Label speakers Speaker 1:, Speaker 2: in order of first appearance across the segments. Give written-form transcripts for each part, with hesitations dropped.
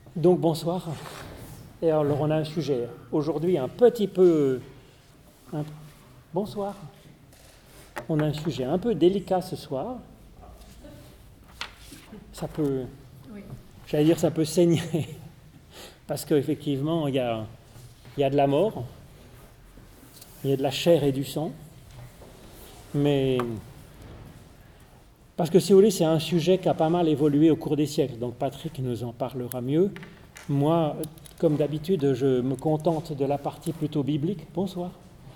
Speaker 1: Donc bonsoir. Et alors on a un sujet aujourd'hui un petit peu... Bonsoir. On a un sujet un peu délicat ce soir. Ça peut... J'allais dire ça peut saigner. Parce qu'effectivement, il y a de la mort. Il y a de la chair et du sang. Mais... Parce que si vous voulez, c'est un sujet qui a pas mal évolué au cours des siècles. Donc Patrick nous en parlera mieux. Moi, comme d'habitude, je me contente de la partie plutôt biblique. Bonsoir.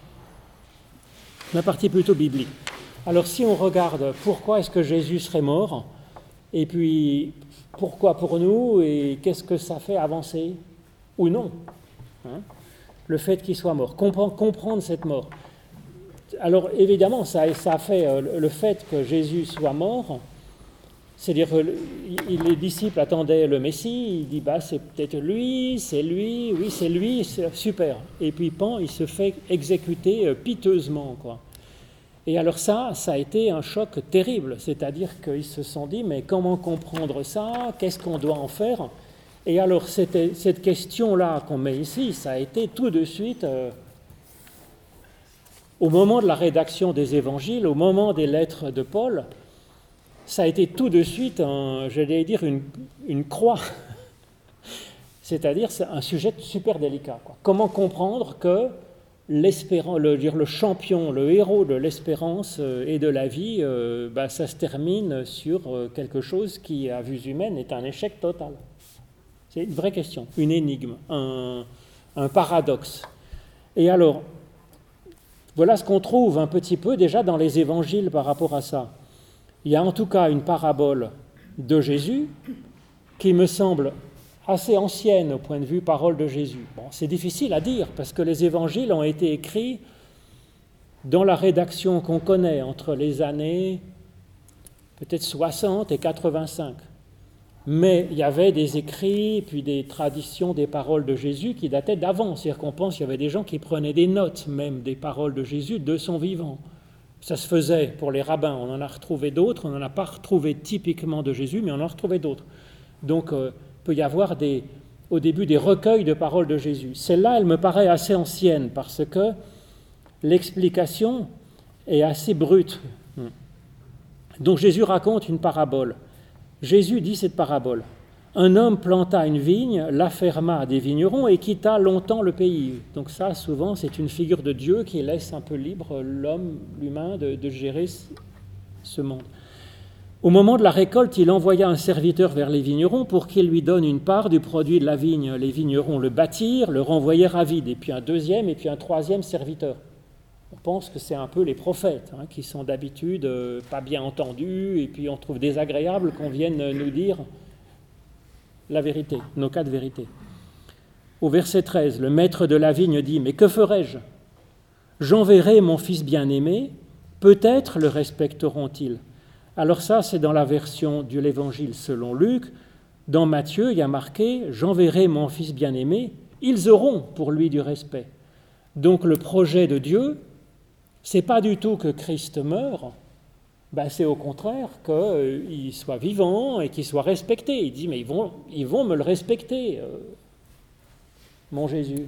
Speaker 1: La partie plutôt biblique. Alors si on regarde pourquoi est-ce que Jésus serait mort, et puis pourquoi pour nous, et qu'est-ce que ça fait avancer, ou non, le fait qu'il soit mort, comprendre cette mort. Alors évidemment, ça fait le fait que Jésus soit mort, c'est-à-dire que les disciples attendaient le Messie, il dit c'est peut-être lui, oui c'est lui, c'est super. Et puis pan, il se fait exécuter piteusement, quoi. Et alors ça a été un choc terrible, c'est-à-dire qu'ils se sont dit mais comment comprendre ça, qu'est-ce qu'on doit en faire? Et alors cette question-là qu'on met ici, ça a été tout de suite... Au moment de la rédaction des évangiles, au moment des lettres de Paul, ça a été tout de suite, j'allais dire, une croix. C'est-à-dire, c'est un sujet super délicat, quoi. Comment comprendre que le champion, le héros de l'espérance et de la vie, ça se termine sur quelque chose qui, à vue humaine, est un échec total. C'est une vraie question, une énigme, un paradoxe. Et alors... Voilà ce qu'on trouve un petit peu déjà dans les évangiles par rapport à ça. Il y a en tout cas une parabole de Jésus qui me semble assez ancienne au point de vue parole de Jésus. Bon, c'est difficile à dire parce que les évangiles ont été écrits dans la rédaction qu'on connaît entre les années peut-être 60 et 85. Mais il y avait des écrits, puis des traditions, des paroles de Jésus qui dataient d'avant. C'est-à-dire qu'on pense qu'il y avait des gens qui prenaient des notes même des paroles de Jésus de son vivant. Ça se faisait pour les rabbins. On en a retrouvé d'autres. On n'en a pas retrouvé typiquement de Jésus, mais on en a retrouvé d'autres. Donc il peut y avoir au début des recueils de paroles de Jésus. Celle-là, elle me paraît assez ancienne parce que l'explication est assez brute. Donc Jésus raconte une parabole. Jésus dit cette parabole. Un homme planta une vigne, la ferma à des vignerons et quitta longtemps le pays. Donc ça, souvent, c'est une figure de Dieu qui laisse un peu libre l'humain, de gérer ce monde. Au moment de la récolte, il envoya un serviteur vers les vignerons pour qu'il lui donne une part du produit de la vigne. Les vignerons le battirent, le renvoyèrent à vide, et puis un deuxième et puis un troisième serviteur. On pense que c'est un peu les prophètes qui sont d'habitude pas bien entendus et puis on trouve désagréable qu'on vienne nous dire la vérité, nos cas de vérité. Au verset 13, le maître de la vigne dit « Mais que ferai-je ? J'enverrai mon fils bien-aimé, peut-être le respecteront-ils. » Alors ça, c'est dans la version de l'Évangile selon Luc. Dans Matthieu, il y a marqué « J'enverrai mon fils bien-aimé, ils auront pour lui du respect. » Donc le projet de Dieu, c'est pas du tout que Christ meure, c'est au contraire qu'il soit vivant et qu'il soit respecté. Il dit, mais ils vont me le respecter, mon Jésus.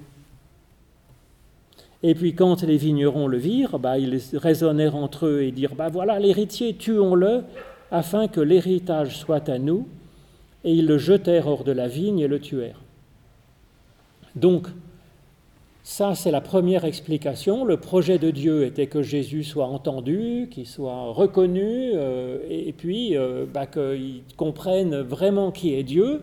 Speaker 1: Et puis quand les vignerons le virent, ils raisonnèrent entre eux et dirent, voilà l'héritier, tuons-le, afin que l'héritage soit à nous. Et ils le jetèrent hors de la vigne et le tuèrent. Donc, ça, c'est la première explication. Le projet de Dieu était que Jésus soit entendu, qu'il soit reconnu, et puis qu'il comprenne vraiment qui est Dieu.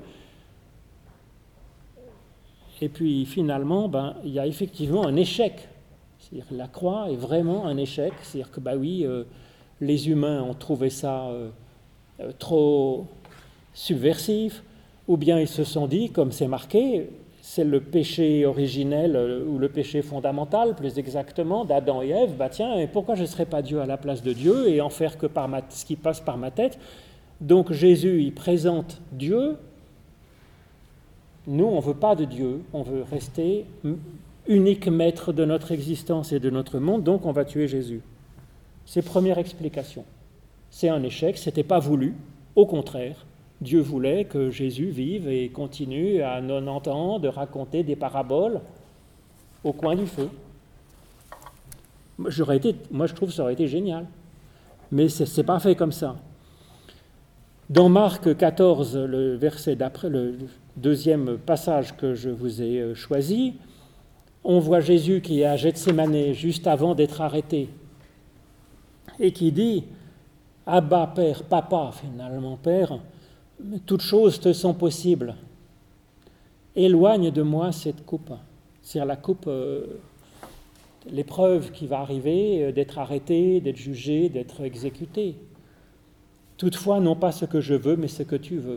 Speaker 1: Et puis finalement, il y a effectivement un échec. C'est-à-dire que la croix est vraiment un échec. C'est-à-dire que, les humains ont trouvé ça trop subversif, ou bien ils se sont dit, comme c'est marqué, c'est le péché originel ou le péché fondamental, plus exactement, d'Adam et Ève. Et pourquoi je ne serais pas Dieu à la place de Dieu et en faire que ce qui passe par ma tête? Donc Jésus, il présente Dieu. Nous, on ne veut pas de Dieu, on veut rester unique maître de notre existence et de notre monde, donc on va tuer Jésus. C'est la première explication. C'est un échec, ce n'était pas voulu, au contraire. Dieu voulait que Jésus vive et continue à 90 ans de raconter des paraboles au coin du feu. Moi, je trouve que ça aurait été génial. Mais ce n'est pas fait comme ça. Dans Marc 14, le verset d'après, le deuxième passage que je vous ai choisi, on voit Jésus qui est à Gethsémanée juste avant d'être arrêté et qui dit « Abba, Père, Papa, finalement, Père, toutes choses te sont possibles. Éloigne de moi cette coupe. » C'est-à-dire la coupe, l'épreuve qui va arriver, d'être arrêté, d'être jugé, d'être exécuté. Toutefois, non pas ce que je veux, mais ce que tu veux.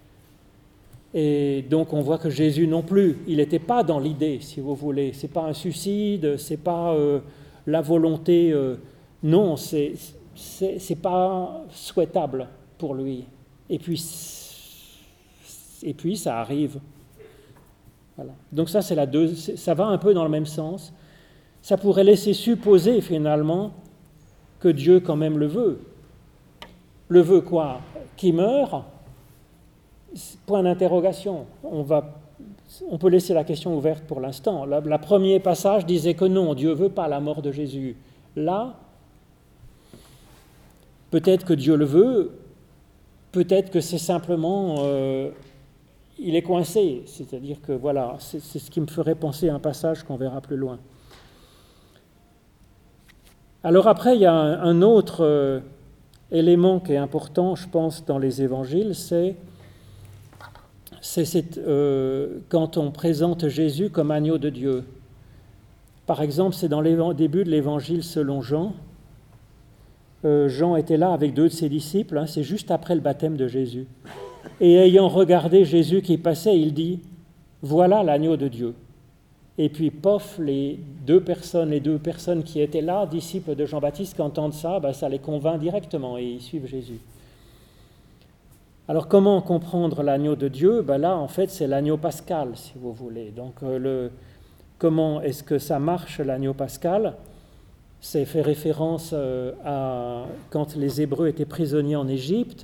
Speaker 1: Et donc on voit que Jésus non plus, il n'était pas dans l'idée, si vous voulez. Ce n'est pas un suicide, ce n'est pas la volonté. Non, c'est pas souhaitable pour lui. Et puis ça arrive. Voilà. Donc ça, ça va un peu dans le même sens. Ça pourrait laisser supposer finalement que Dieu quand même le veut. Le veut quoi? Qu'il meure? Point d'interrogation. On peut laisser la question ouverte pour l'instant. Le premier passage disait que non, Dieu ne veut pas la mort de Jésus. Là, peut-être que Dieu le veut, peut-être que c'est simplement... il est coincé. C'est-à-dire que voilà, c'est ce qui me ferait penser à un passage qu'on verra plus loin. Alors après, il y a un autre élément qui est important, je pense, dans les évangiles, c'est quand on présente Jésus comme agneau de Dieu. Par exemple, c'est dans le début de l'évangile selon Jean. Jean était là avec 2 de ses disciples, c'est juste après le baptême de Jésus. Et ayant regardé Jésus qui passait, il dit « Voilà l'agneau de Dieu ». Et puis, pof, les deux personnes qui étaient là, disciples de Jean-Baptiste, qui entendent ça, ça les convainc directement et ils suivent Jésus. Alors, comment comprendre l'agneau de Dieu? Là, en fait, c'est l'agneau pascal, si vous voulez. Donc, comment est-ce que ça marche, l'agneau pascal? C'est fait référence à quand les Hébreux étaient prisonniers en Égypte,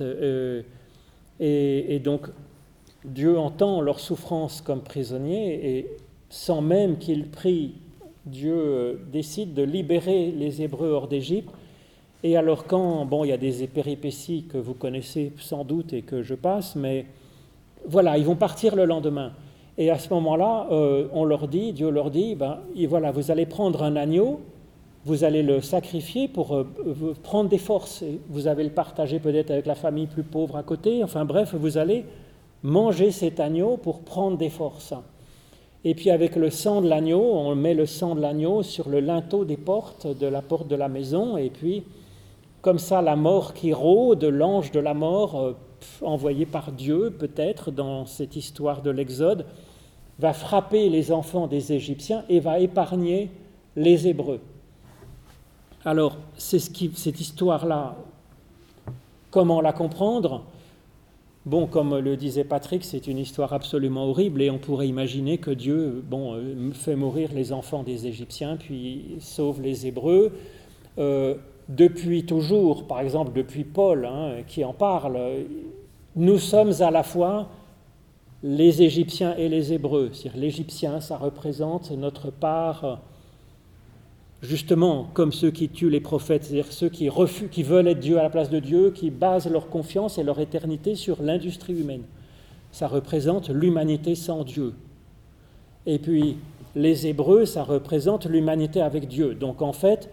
Speaker 1: et donc Dieu entend leur souffrance comme prisonniers, et sans même qu'ils prient, Dieu décide de libérer les Hébreux hors d'Égypte. Et alors il y a des péripéties que vous connaissez sans doute et que je passe, mais voilà, ils vont partir le lendemain. Et à ce moment-là, Dieu leur dit, voilà, vous allez prendre un agneau, vous allez le sacrifier pour prendre des forces. Et vous allez le partager peut-être avec la famille plus pauvre à côté. Enfin bref, vous allez manger cet agneau pour prendre des forces. Et puis avec le sang de l'agneau, on met le sang de l'agneau sur le linteau des portes, de la porte de la maison. Et puis, comme ça, la mort qui rôde, l'ange de la mort, envoyé par Dieu peut-être dans cette histoire de l'Exode, va frapper les enfants des Égyptiens et va épargner les Hébreux. Alors, cette histoire-là, comment la comprendre? Bon, comme le disait Patrick, c'est une histoire absolument horrible et on pourrait imaginer que Dieu fait mourir les enfants des Égyptiens puis sauve les Hébreux. Depuis toujours, par exemple depuis Paul qui en parle, nous sommes à la fois les Égyptiens et les Hébreux. C'est-à-dire l'Égyptien, ça représente notre part... justement, comme ceux qui tuent les prophètes, c'est-à-dire ceux qui veulent être Dieu à la place de Dieu, qui basent leur confiance et leur éternité sur l'industrie humaine. Ça représente l'humanité sans Dieu. Et puis, les Hébreux, ça représente l'humanité avec Dieu. Donc, en fait,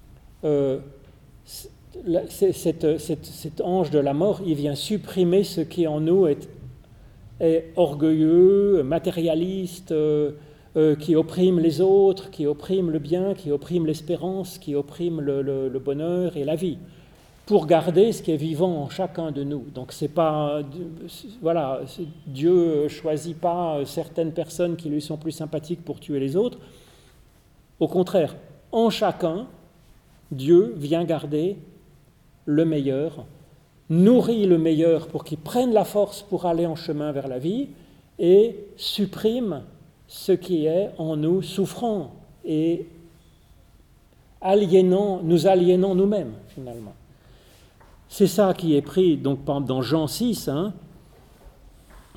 Speaker 1: cet ange de la mort, il vient supprimer ce qui en nous est orgueilleux, matérialiste, qui opprime les autres, qui opprime le bien, qui opprime l'espérance, qui opprime le bonheur et la vie, pour garder ce qui est vivant en chacun de nous. Donc c'est pas, voilà, Dieu choisit pas certaines personnes qui lui sont plus sympathiques pour tuer les autres. Au contraire, en chacun, Dieu vient garder le meilleur, nourrit le meilleur pour qu'il prenne la force pour aller en chemin vers la vie et supprime ce qui est en nous souffrant et nous aliénant nous-mêmes, finalement. C'est ça qui est pris, donc, par exemple, dans Jean 6,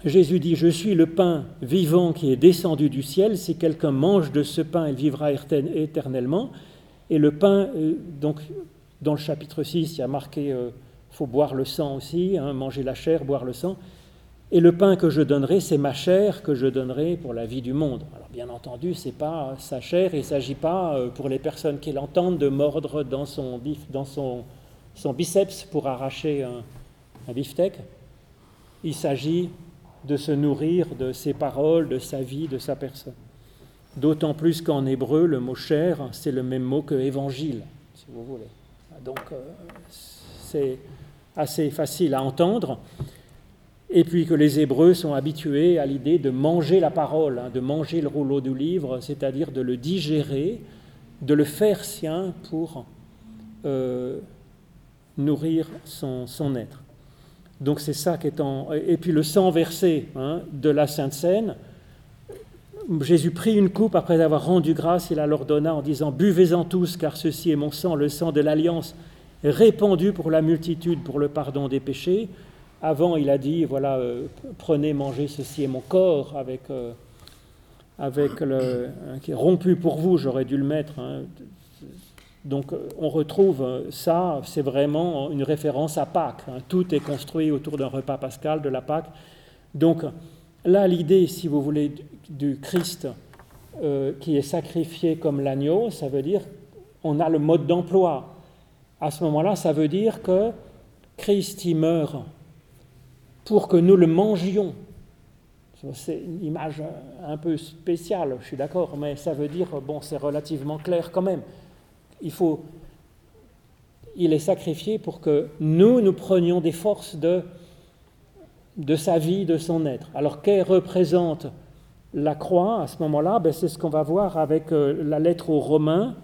Speaker 1: Jésus dit « Je suis le pain vivant qui est descendu du ciel. Si quelqu'un mange de ce pain, il vivra éternellement. » Et le pain, donc dans le chapitre 6, il y a marqué faut boire le sang aussi, manger la chair, boire le sang. Et le pain que je donnerai, c'est ma chair que je donnerai pour la vie du monde. Alors bien entendu, ce n'est pas sa chair, il ne s'agit pas pour les personnes qui l'entendent de mordre dans son biceps pour arracher un beefsteak. Il s'agit de se nourrir de ses paroles, de sa vie, de sa personne. D'autant plus qu'en hébreu, le mot « chair », c'est le même mot que « évangile », si vous voulez. Donc, c'est assez facile à entendre. Et puis que les Hébreux sont habitués à l'idée de manger la parole, de manger le rouleau du livre, c'est-à-dire de le digérer, de le faire sien pour nourrir son être. Donc c'est ça qui est en... Et puis le sang versé de la Sainte Seine, Jésus prit une coupe après avoir rendu grâce, il la leur donna en disant « Buvez-en tous, car ceci est mon sang, le sang de l'Alliance, répandu pour la multitude pour le pardon des péchés. » Avant, il a dit, voilà, prenez, mangez, ceci est mon corps, qui est rompu pour vous, j'aurais dû le mettre. Donc, on retrouve ça, c'est vraiment une référence à Pâques. Tout est construit autour d'un repas pascal, de la Pâque. Donc, là, l'idée, si vous voulez, du Christ qui est sacrifié comme l'agneau, ça veut dire, on a le mode d'emploi. À ce moment-là, ça veut dire que Christ, il meurt pour que nous le mangions. C'est une image un peu spéciale, je suis d'accord, mais ça veut dire, bon, c'est relativement clair quand même. Il est sacrifié pour que nous prenions des forces de sa vie, de son être. Alors, qu'elle représente la croix à ce moment-là, c'est ce qu'on va voir avec la lettre aux Romains.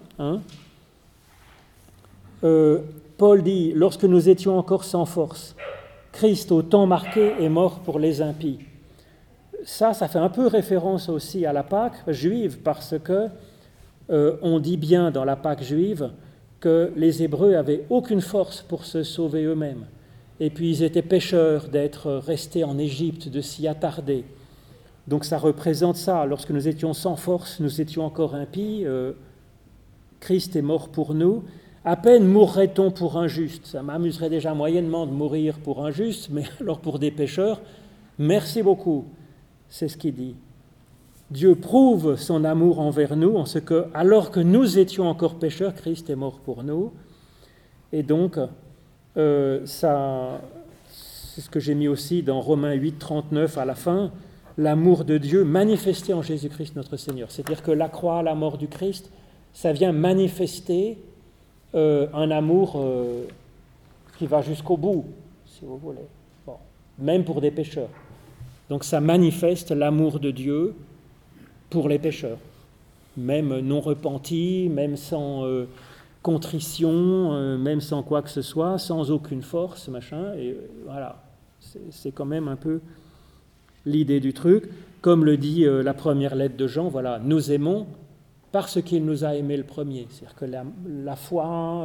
Speaker 1: Paul dit, lorsque nous étions encore sans force, Christ, au temps marqué, est mort pour les impies. Ça fait un peu référence aussi à la Pâque juive, parce que on dit bien dans la Pâque juive que les Hébreux n'avaient aucune force pour se sauver eux-mêmes. Et puis ils étaient pécheurs d'être restés en Égypte, de s'y attarder. Donc ça représente ça. Lorsque nous étions sans force, nous étions encore impies, Christ est mort pour nous. À peine mourrait-on pour un juste. Ça m'amuserait déjà moyennement de mourir pour un juste, mais alors pour des pécheurs, merci beaucoup. C'est ce qu'il dit. Dieu prouve son amour envers nous en ce que, alors que nous étions encore pécheurs, Christ est mort pour nous. Et donc, ça, c'est ce que j'ai mis aussi dans Romains 8, 39 à la fin, l'amour de Dieu manifesté en Jésus-Christ notre Seigneur. C'est-à-dire que la croix, la mort du Christ, ça vient manifester un amour qui va jusqu'au bout, si vous voulez, bon, même pour des pécheurs. Donc ça manifeste l'amour de Dieu pour les pécheurs, même non repentis, même sans contrition, même sans quoi que ce soit, sans aucune force, machin, et voilà, c'est quand même un peu l'idée du truc. Comme le dit la première lettre de Jean, voilà, nous aimons parce qu'il nous a aimés le premier. C'est-à-dire que la foi,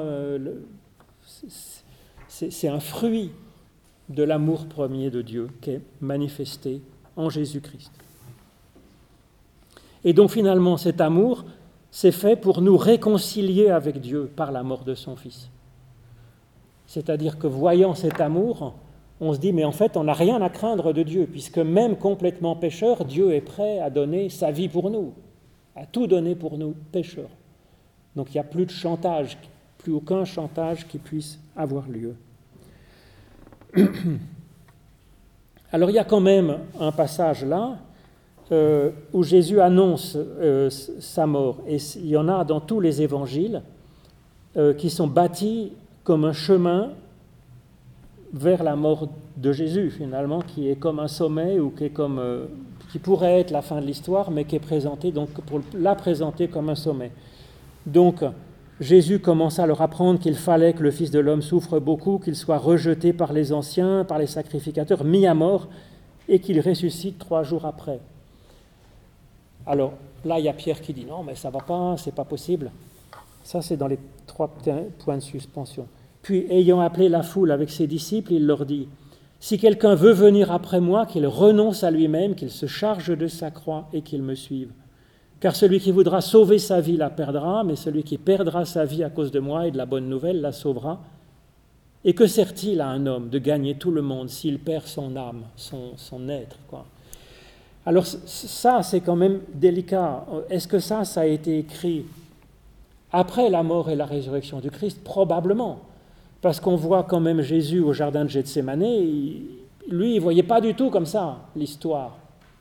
Speaker 1: c'est un fruit de l'amour premier de Dieu qui est manifesté en Jésus-Christ. Et donc finalement, cet amour, c'est fait pour nous réconcilier avec Dieu par la mort de son Fils. C'est-à-dire que voyant cet amour, on se dit, mais en fait, on n'a rien à craindre de Dieu, puisque même complètement pécheur, Dieu est prêt à donner sa vie pour nous, à tout donner pour nous, pécheurs. Donc il n'y a plus de chantage, plus aucun chantage qui puisse avoir lieu. Alors il y a quand même un passage là où Jésus annonce sa mort, et il y en a dans tous les évangiles qui sont bâtis comme un chemin vers la mort de Jésus, finalement, qui est comme un sommet ou qui pourrait être la fin de l'histoire, mais qui est présenté, donc pour la présenter comme un sommet. Donc, Jésus commence à leur apprendre qu'il fallait que le Fils de l'homme souffre beaucoup, qu'il soit rejeté par les anciens, par les sacrificateurs, mis à mort, et qu'il ressuscite 3 jours après. Alors, là, il y a Pierre qui dit « Non, mais ça ne va pas, c'est pas possible. » Ça, c'est dans les 3 points de suspension. Puis, ayant appelé la foule avec ses disciples, il leur dit Si quelqu'un veut venir après moi, qu'il renonce à lui-même, qu'il se charge de sa croix et qu'il me suive. Car celui qui voudra sauver sa vie la perdra, mais celui qui perdra sa vie à cause de moi et de la bonne nouvelle la sauvera. Et que sert-il à un homme de gagner tout le monde s'il perd son âme, son être, quoi? Alors ça, c'est quand même délicat. Est-ce que ça a été écrit après la mort et la résurrection du Christ? Probablement. Parce qu'on voit quand même Jésus au jardin de Gethsémane, lui, il ne voyait pas du tout comme ça l'histoire.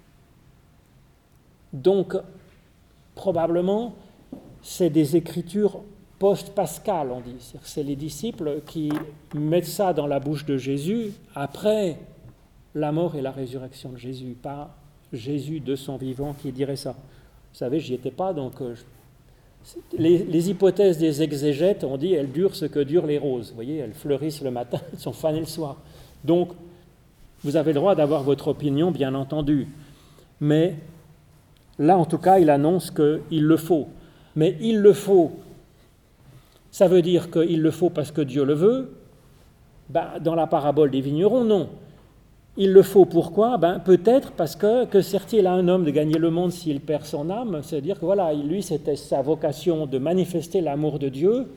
Speaker 1: Donc, probablement, c'est des écritures post-pascales, on dit. C'est les disciples qui mettent ça dans la bouche de Jésus après la mort et la résurrection de Jésus, pas Jésus de son vivant qui dirait ça. Vous savez, j'y étais pas, donc les hypothèses des exégètes, on dit, elles durent ce que durent les roses. Vous voyez, elles fleurissent le matin, elles sont fanées le soir. Donc, vous avez le droit d'avoir votre opinion, bien entendu. Mais là, en tout cas, il annonce qu'il le faut. Mais il le faut, ça veut dire qu'il le faut parce que Dieu le veut? Dans la parabole des vignerons, non. Il le faut pourquoi? Peut-être parce que sert-il à un homme de gagner le monde s'il perd son âme? C'est-à-dire que voilà, lui, c'était sa vocation de manifester l'amour de Dieu.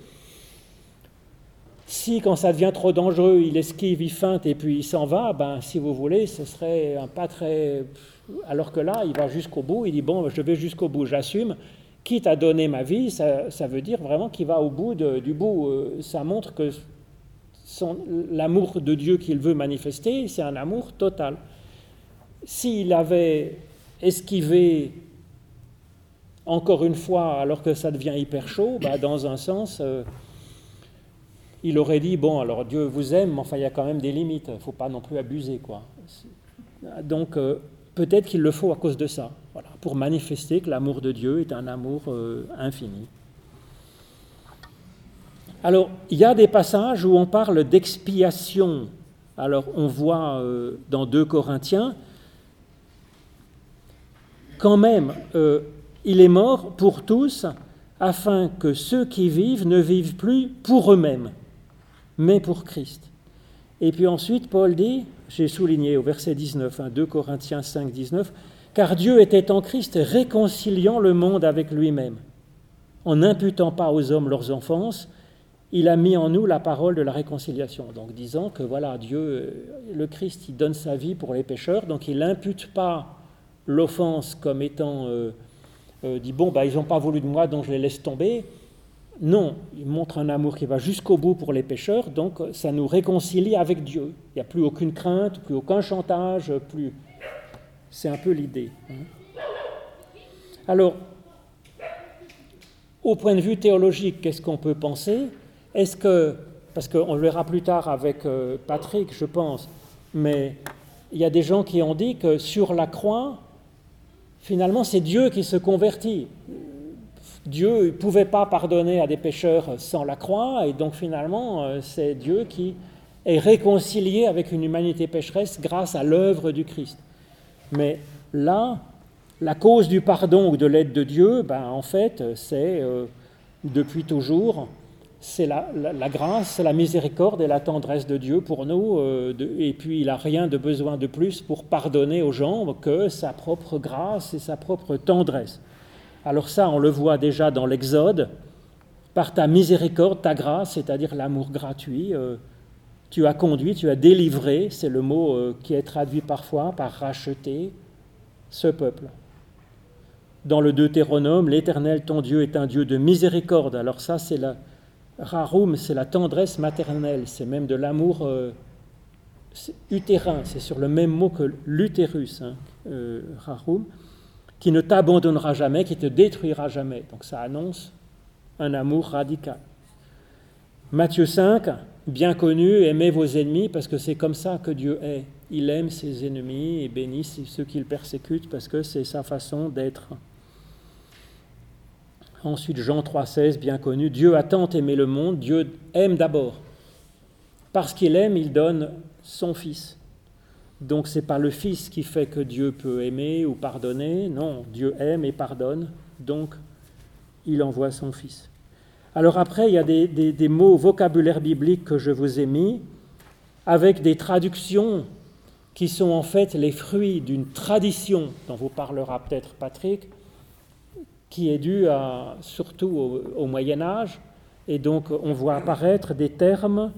Speaker 1: Si, quand ça devient trop dangereux, il esquive, il feinte et puis il s'en va, si vous voulez, ce serait un pas très... Alors que là, il va jusqu'au bout, il dit, bon, je vais jusqu'au bout, j'assume, quitte à donner ma vie, ça veut dire vraiment qu'il va au bout du bout. Ça montre que l'amour de Dieu qu'il veut manifester, c'est un amour total. S'il avait esquivé encore une fois, alors que ça devient hyper chaud, dans un sens, il aurait dit, bon, alors Dieu vous aime, mais enfin, il y a quand même des limites, il ne faut pas non plus abuser, quoi. Donc, peut-être qu'il le faut à cause de ça, voilà, pour manifester que l'amour de Dieu est un amour infini. Alors, il y a des passages où on parle d'expiation. Alors, on voit dans 2 Corinthiens, quand même, il est mort pour tous, afin que ceux qui vivent ne vivent plus pour eux-mêmes, mais pour Christ. Et puis ensuite, Paul dit, j'ai souligné au verset 19, 2 Corinthiens 5, 19, « Car Dieu était en Christ réconciliant le monde avec lui-même, en n'imputant pas aux hommes leurs offenses, il a mis en nous la parole de la réconciliation. » Donc disant que voilà, Dieu, le Christ, il donne sa vie pour les pécheurs, donc il n'impute pas l'offense comme étant, dit bon, ils n'ont pas voulu de moi, donc je les laisse tomber. Non, il montre un amour qui va jusqu'au bout pour les pécheurs, donc ça nous réconcilie avec Dieu. Il n'y a plus aucune crainte, plus aucun chantage, plus... C'est un peu l'idée. Alors, au point de vue théologique, qu'est-ce qu'on peut penser? Est-ce que, parce qu'on le verra plus tard avec Patrick, je pense, mais il y a des gens qui ont dit que sur la croix, finalement, c'est Dieu qui se convertit. Dieu ne pouvait pas pardonner à des pécheurs sans la croix, et donc finalement, c'est Dieu qui est réconcilié avec une humanité pécheresse grâce à l'œuvre du Christ. Mais là, la cause du pardon ou de l'aide de Dieu, en fait, c'est depuis toujours, c'est la grâce, c'est la miséricorde et la tendresse de Dieu pour nous, et puis il n'a rien de besoin de plus pour pardonner aux gens que sa propre grâce et sa propre tendresse. Alors ça, on le voit déjà dans l'Exode, par ta miséricorde, ta grâce, c'est-à-dire l'amour gratuit, tu as conduit, tu as délivré, c'est le mot qui est traduit parfois par racheter ce peuple. Dans le Deutéronome, l'Éternel, ton Dieu, est un Dieu de miséricorde. Alors ça, c'est la raroum, c'est la tendresse maternelle, c'est même de l'amour utérin, c'est sur le même mot que l'utérus, raroum, qui ne t'abandonnera jamais, qui te détruira jamais. Donc ça annonce un amour radical. Matthieu 5, bien connu, aimez vos ennemis, parce que c'est comme ça que Dieu est. Il aime ses ennemis et bénit ceux qui le persécutent, parce que c'est sa façon d'être. Ensuite, Jean 3,16, bien connu, Dieu a tant aimé le monde, Dieu aime d'abord. Parce qu'il aime, il donne son Fils. Donc, ce n'est pas le Fils qui fait que Dieu peut aimer ou pardonner. Non, Dieu aime et pardonne, donc il envoie son Fils. Alors après, il y a des mots vocabulaire biblique que je vous ai mis. avec des traductions qui sont en fait les fruits d'une tradition dont vous parlera peut-être Patrick, qui est due surtout au Moyen-Âge, et donc on voit apparaître des termes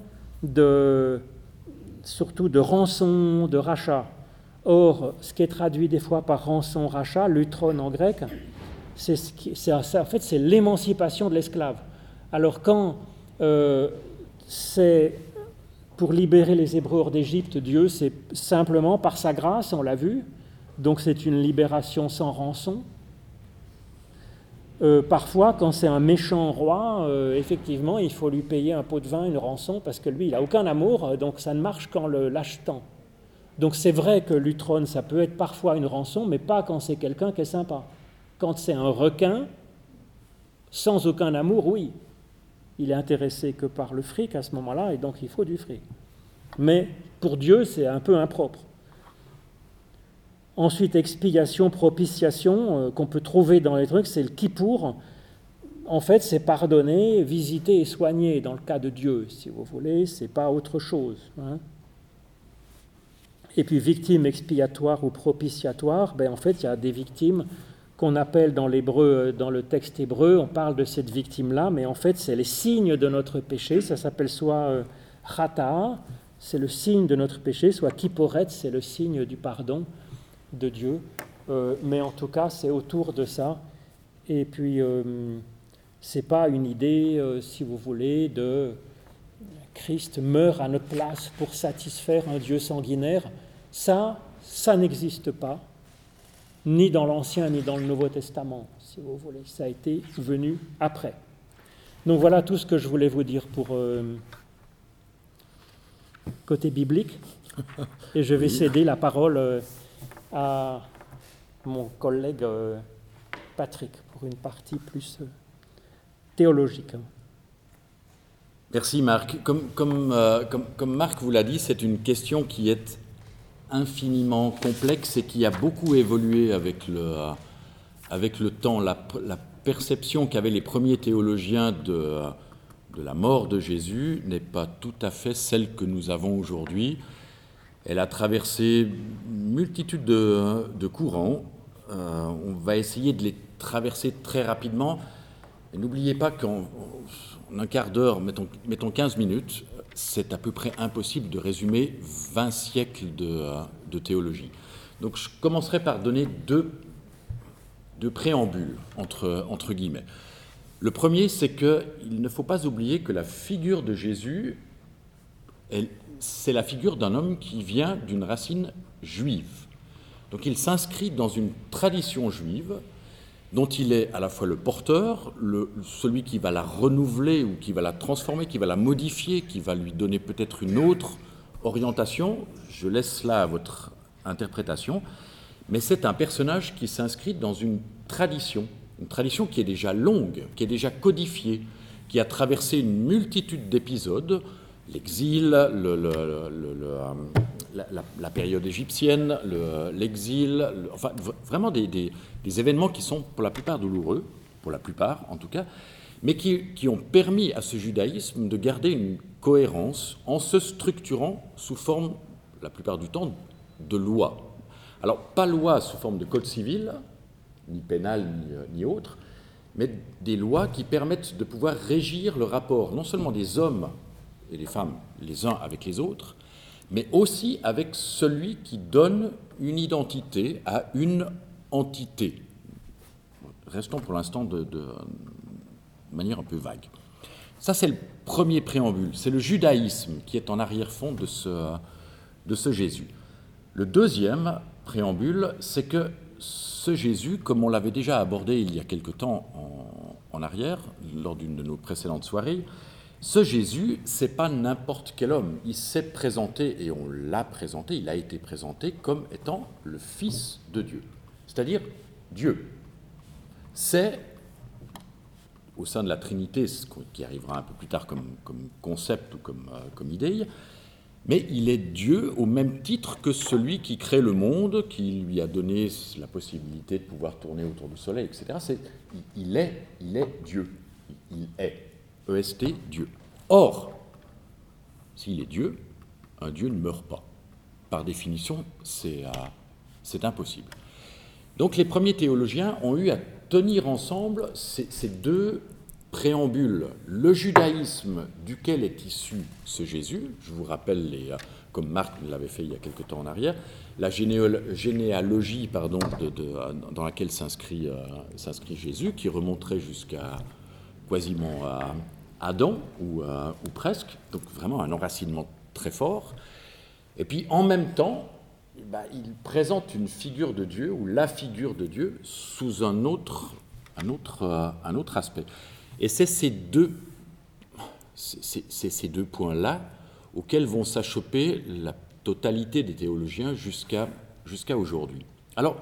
Speaker 1: surtout de rançon, de rachat. Or, ce qui est traduit des fois par rançon, rachat, lutron en grec, en fait, c'est l'émancipation de l'esclave. Alors quand c'est pour libérer les Hébreux hors d'Égypte, Dieu, c'est simplement par sa grâce, on l'a vu, donc c'est une libération sans rançon. Parfois, quand c'est un méchant roi, effectivement, il faut lui payer un pot de vin, une rançon, parce que lui, il n'a aucun amour, donc ça ne marche qu'en le l'achetant. Donc c'est vrai que lutron, ça peut être parfois une rançon, mais pas quand c'est quelqu'un qui est sympa. Quand c'est un requin, sans aucun amour, oui. Il est intéressé que par le fric à ce moment-là, et donc il faut du fric. Mais pour Dieu, c'est un peu impropre. Ensuite, expiation, propitiation, qu'on peut trouver dans les trucs, c'est le kippour. En fait, c'est pardonner, visiter et soigner dans le cas de Dieu, si vous voulez, c'est pas autre chose. Hein. Et puis, victime expiatoire ou propitiatoire, en fait, il y a des victimes qu'on appelle dans l'hébreu, dans le texte hébreu, on parle de cette victime-là, mais en fait, c'est les signes de notre péché. Ça s'appelle soit chata, c'est le signe de notre péché, soit kipporet, c'est le signe du pardon de Dieu. Mais en tout cas, c'est autour de ça. Et puis, c'est pas une idée, si vous voulez, de Christ meurt à notre place pour satisfaire un Dieu sanguinaire. Ça n'existe pas. Ni dans l'Ancien, ni dans le Nouveau Testament, si vous voulez. Ça a été venu après. Donc voilà tout ce que je voulais vous dire pour côté biblique. Et je vais céder la parole à mon collègue Patrick pour une partie plus théologique.
Speaker 2: Merci Marc. Comme Marc vous l'a dit, c'est une question qui est infiniment complexe et qui a beaucoup évolué avec le temps. La perception qu'avaient les premiers théologiens de la mort de Jésus n'est pas tout à fait celle que nous avons aujourd'hui. Elle a traversé une multitude de courants. On va essayer de les traverser très rapidement. Et n'oubliez pas qu'en un quart d'heure, mettons 15 minutes, c'est à peu près impossible de résumer 20 siècles de théologie. Donc je commencerai par donner deux préambules, entre guillemets. Le premier, c'est qu'il ne faut pas oublier que la figure de Jésus, c'est la figure d'un homme qui vient d'une racine juive. Donc il s'inscrit dans une tradition juive dont il est à la fois le porteur, celui qui va la renouveler ou qui va la transformer, qui va la modifier, qui va lui donner peut-être une autre orientation. Je laisse cela à votre interprétation. Mais c'est un personnage qui s'inscrit dans une tradition qui est déjà longue, qui est déjà codifiée, qui a traversé une multitude d'épisodes, l'exil, la période égyptienne, l'exil, enfin vraiment des événements qui sont pour la plupart douloureux, pour la plupart en tout cas, mais qui ont permis à ce judaïsme de garder une cohérence en se structurant sous forme, la plupart du temps, de lois. Alors, pas loi sous forme de code civil, ni pénal, ni autre, mais des lois qui permettent de pouvoir régir le rapport, non seulement des hommes et des femmes, les uns avec les autres, mais aussi avec celui qui donne une identité à une entité. Restons pour l'instant de manière un peu vague. Ça, c'est le premier préambule. C'est le judaïsme qui est en arrière-fond de ce Jésus. Le deuxième préambule, c'est que ce Jésus, comme on l'avait déjà abordé il y a quelque temps en arrière, lors d'une de nos précédentes soirées, ce Jésus, c'est pas n'importe quel homme. Il s'est présenté, et on l'a présenté, il a été présenté comme étant le Fils de Dieu, c'est-à-dire Dieu. C'est, au sein de la Trinité, ce qui arrivera un peu plus tard comme concept ou comme idée, mais il est Dieu au même titre que celui qui crée le monde, qui lui a donné la possibilité de pouvoir tourner autour du soleil, etc. Il est Dieu. Il est. EST, Dieu. Or, s'il est Dieu, un Dieu ne meurt pas. Par définition, c'est impossible. Donc les premiers théologiens ont eu à tenir ensemble ces deux préambules. Le judaïsme duquel est issu ce Jésus, je vous rappelle, comme Marc l'avait fait il y a quelque temps en arrière, la généalogie dans laquelle s'inscrit Jésus, qui remonterait jusqu'à quasiment à Adam, ou presque, donc vraiment un enracinement très fort. Et puis en même temps, il présente une figure de Dieu, ou la figure de Dieu, sous un autre aspect. Et c'est ces deux points-là auxquels vont s'achoper la totalité des théologiens jusqu'à aujourd'hui. Alors,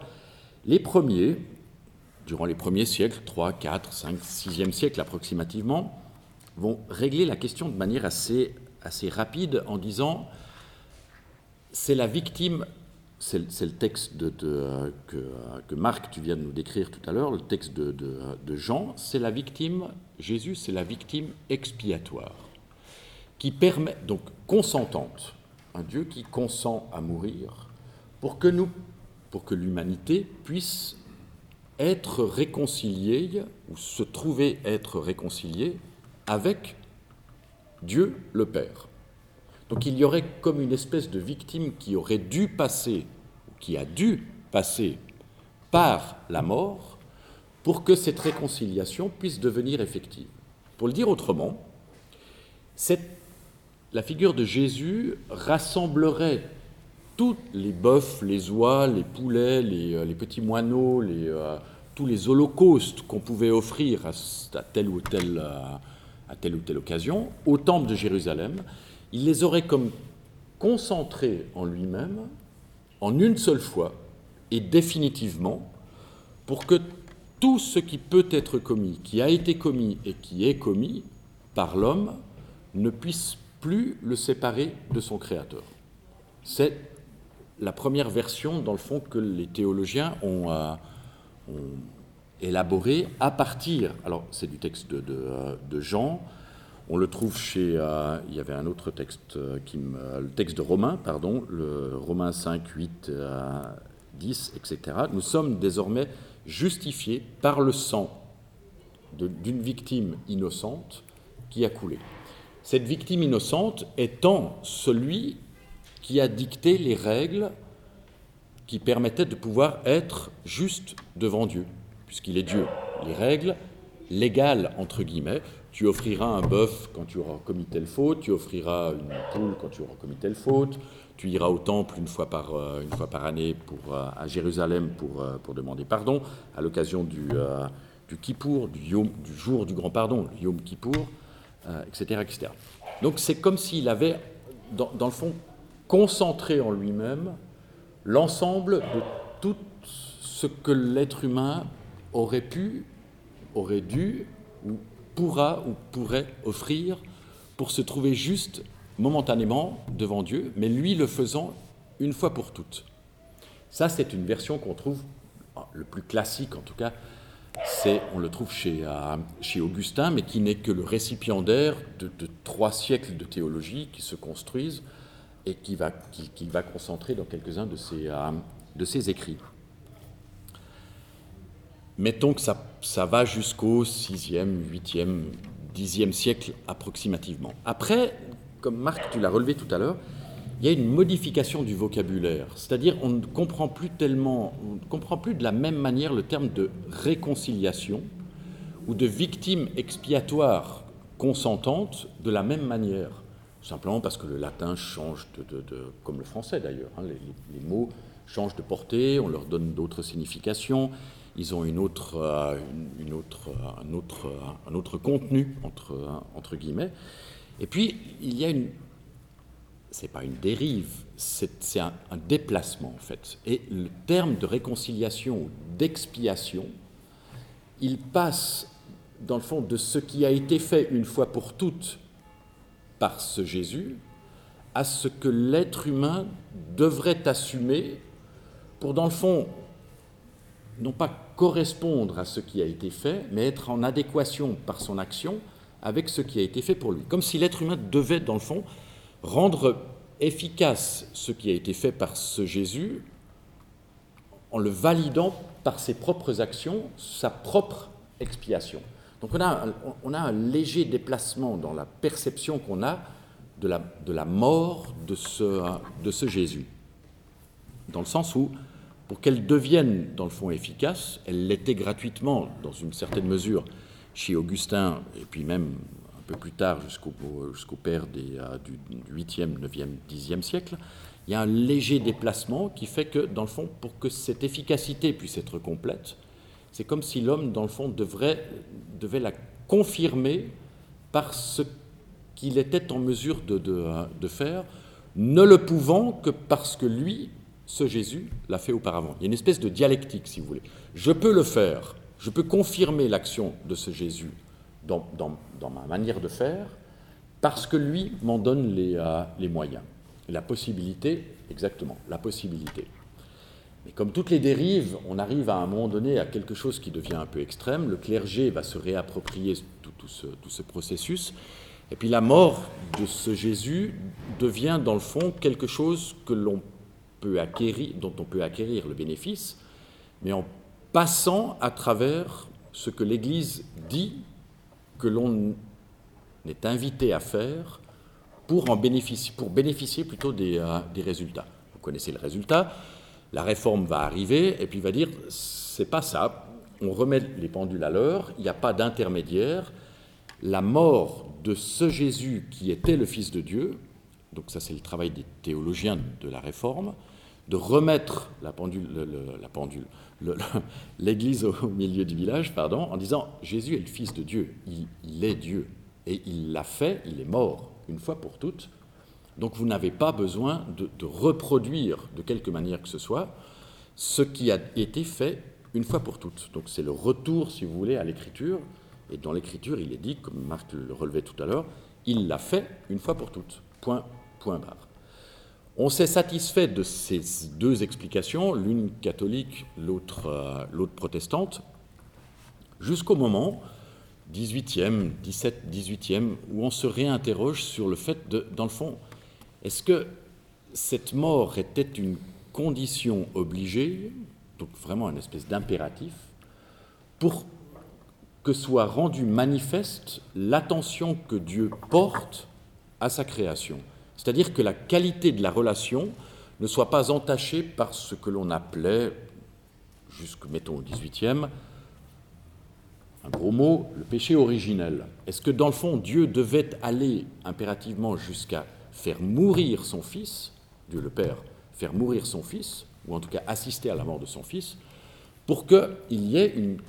Speaker 2: durant les premiers siècles, 3, 4, 5, 6e siècle approximativement, vont régler la question de manière assez rapide en disant c'est la victime, c'est le texte que Marc, tu viens de nous décrire tout à l'heure, le texte de Jean, c'est la victime, Jésus, c'est la victime expiatoire, qui permet, donc consentante, un Dieu qui consent à mourir pour que l'humanité puisse être réconciliée, ou se trouver être réconciliée avec Dieu le Père. Donc il y aurait comme une espèce de victime qui a dû passer par la mort pour que cette réconciliation puisse devenir effective. Pour le dire autrement, la figure de Jésus rassemblerait tous les bœufs, les oies, les poulets, les petits moineaux, tous les holocaustes qu'on pouvait offrir à telle ou telle occasion au temple de Jérusalem. Il les aurait comme concentrés en lui-même, en une seule fois et définitivement, pour que tout ce qui peut être commis, qui a été commis et qui est commis par l'homme, ne puisse plus le séparer de son Créateur. C'est la première version, dans le fond, que les théologiens ont élaborée à partir, alors c'est du texte de Jean. On le trouve il y avait un autre texte, le texte de Romains, le Romains 5, 8, 10, etc. Nous sommes désormais justifiés par le sang d'une victime innocente qui a coulé. Cette victime innocente étant celui qui a dicté les règles qui permettaient de pouvoir être juste devant Dieu, puisqu'il est Dieu. Les règles légales, entre guillemets. Tu offriras un bœuf quand tu auras commis telle faute, tu offriras une poule quand tu auras commis telle faute, tu iras au temple une fois par année à Jérusalem pour demander pardon, à l'occasion du Kippour, du jour du grand pardon, le Yom Kippour, etc., etc. Donc c'est comme s'il avait, dans le fond, concentré en lui-même l'ensemble de tout ce que l'être humain aurait pu, aurait dû, ou pourra ou pourrait offrir pour se trouver juste momentanément devant Dieu, mais lui le faisant une fois pour toutes. Ça, c'est une version qu'on trouve, le plus classique en tout cas, on le trouve chez Augustin, mais qui n'est que le récipiendaire de 3 siècles de théologie qui se construisent et qui va concentrer dans quelques-uns de ses écrits. Mettons que ça va jusqu'au 6e, 8e, 10e siècle approximativement. Après, comme Marc, tu l'as relevé tout à l'heure, il y a une modification du vocabulaire. C'est-à-dire on ne comprend plus de la même manière le terme de réconciliation ou de victime expiatoire consentante de la même manière. Simplement parce que le latin change comme le français d'ailleurs. Les mots changent de portée, on leur donne d'autres significations. Ils ont un autre contenu, entre guillemets. Et puis, il y a c'est pas une dérive, c'est un déplacement, en fait. Et le terme de réconciliation ou d'expiation, il passe, dans le fond, de ce qui a été fait une fois pour toutes par ce Jésus, à ce que l'être humain devrait assumer pour, dans le fond, non pas correspondre à ce qui a été fait, mais être en adéquation par son action avec ce qui a été fait pour lui. Comme si l'être humain devait, dans le fond, rendre efficace ce qui a été fait par ce Jésus en le validant par ses propres actions, sa propre expiation. Donc on a un léger déplacement dans la perception qu'on a de la mort de ce Jésus, dans le sens où, pour qu'elle devienne, dans le fond, efficace, elle l'était gratuitement, dans une certaine mesure, chez Augustin, et puis même un peu plus tard jusqu'au père du 8e, 9e, 10e siècle. Il y a un léger déplacement qui fait que, dans le fond, pour que cette efficacité puisse être complète, c'est comme si l'homme, dans le fond, devait la confirmer par ce qu'il était en mesure de faire, ne le pouvant que parce que lui, ce Jésus, l'a fait auparavant. Il y a une espèce de dialectique, si vous voulez. Je peux le faire, je peux confirmer l'action de ce Jésus dans ma manière de faire, parce que lui m'en donne les moyens. La possibilité, exactement, la possibilité. Mais comme toutes les dérives, on arrive à un moment donné à quelque chose qui devient un peu extrême. Le clergé va se réapproprier tout ce processus. Et puis la mort de ce Jésus devient, dans le fond, quelque chose que l'on peut acquérir, dont on peut acquérir le bénéfice, mais en passant à travers ce que l'Église dit que l'on est invité à faire pour bénéficier plutôt des résultats. Vous connaissez le résultat, la réforme va arriver et puis va dire c'est pas ça, on remet les pendules à l'heure, il n'y a pas d'intermédiaire, la mort de ce Jésus qui était le Fils de Dieu, donc ça c'est le travail des théologiens de la réforme, de remettre l'Église au milieu du village, en disant Jésus est le Fils de Dieu, il est Dieu, et il l'a fait, il est mort, une fois pour toutes. Donc vous n'avez pas besoin de reproduire de quelque manière que ce soit ce qui a été fait une fois pour toutes. Donc c'est le retour, si vous voulez, à l'Écriture, et dans l'Écriture il est dit, comme Marc le relevait tout à l'heure, il l'a fait une fois pour toutes, point barre. On s'est satisfait de ces deux explications, l'une catholique, l'autre protestante, jusqu'au moment, 18e, 17, 18e, où on se réinterroge sur le fait de, dans le fond, est-ce que cette mort était une condition obligée, donc vraiment une espèce d'impératif, pour que soit rendue manifeste l'attention que Dieu porte à sa création. C'est-à-dire que la qualité de la relation ne soit pas entachée par ce que l'on appelait, mettons au XVIIIe, un gros mot, le péché originel. Est-ce que dans le fond, Dieu devait aller impérativement jusqu'à faire mourir son Fils, Dieu le Père, faire mourir son Fils, ou en tout cas assister à la mort de son Fils, pour qu'il y ait une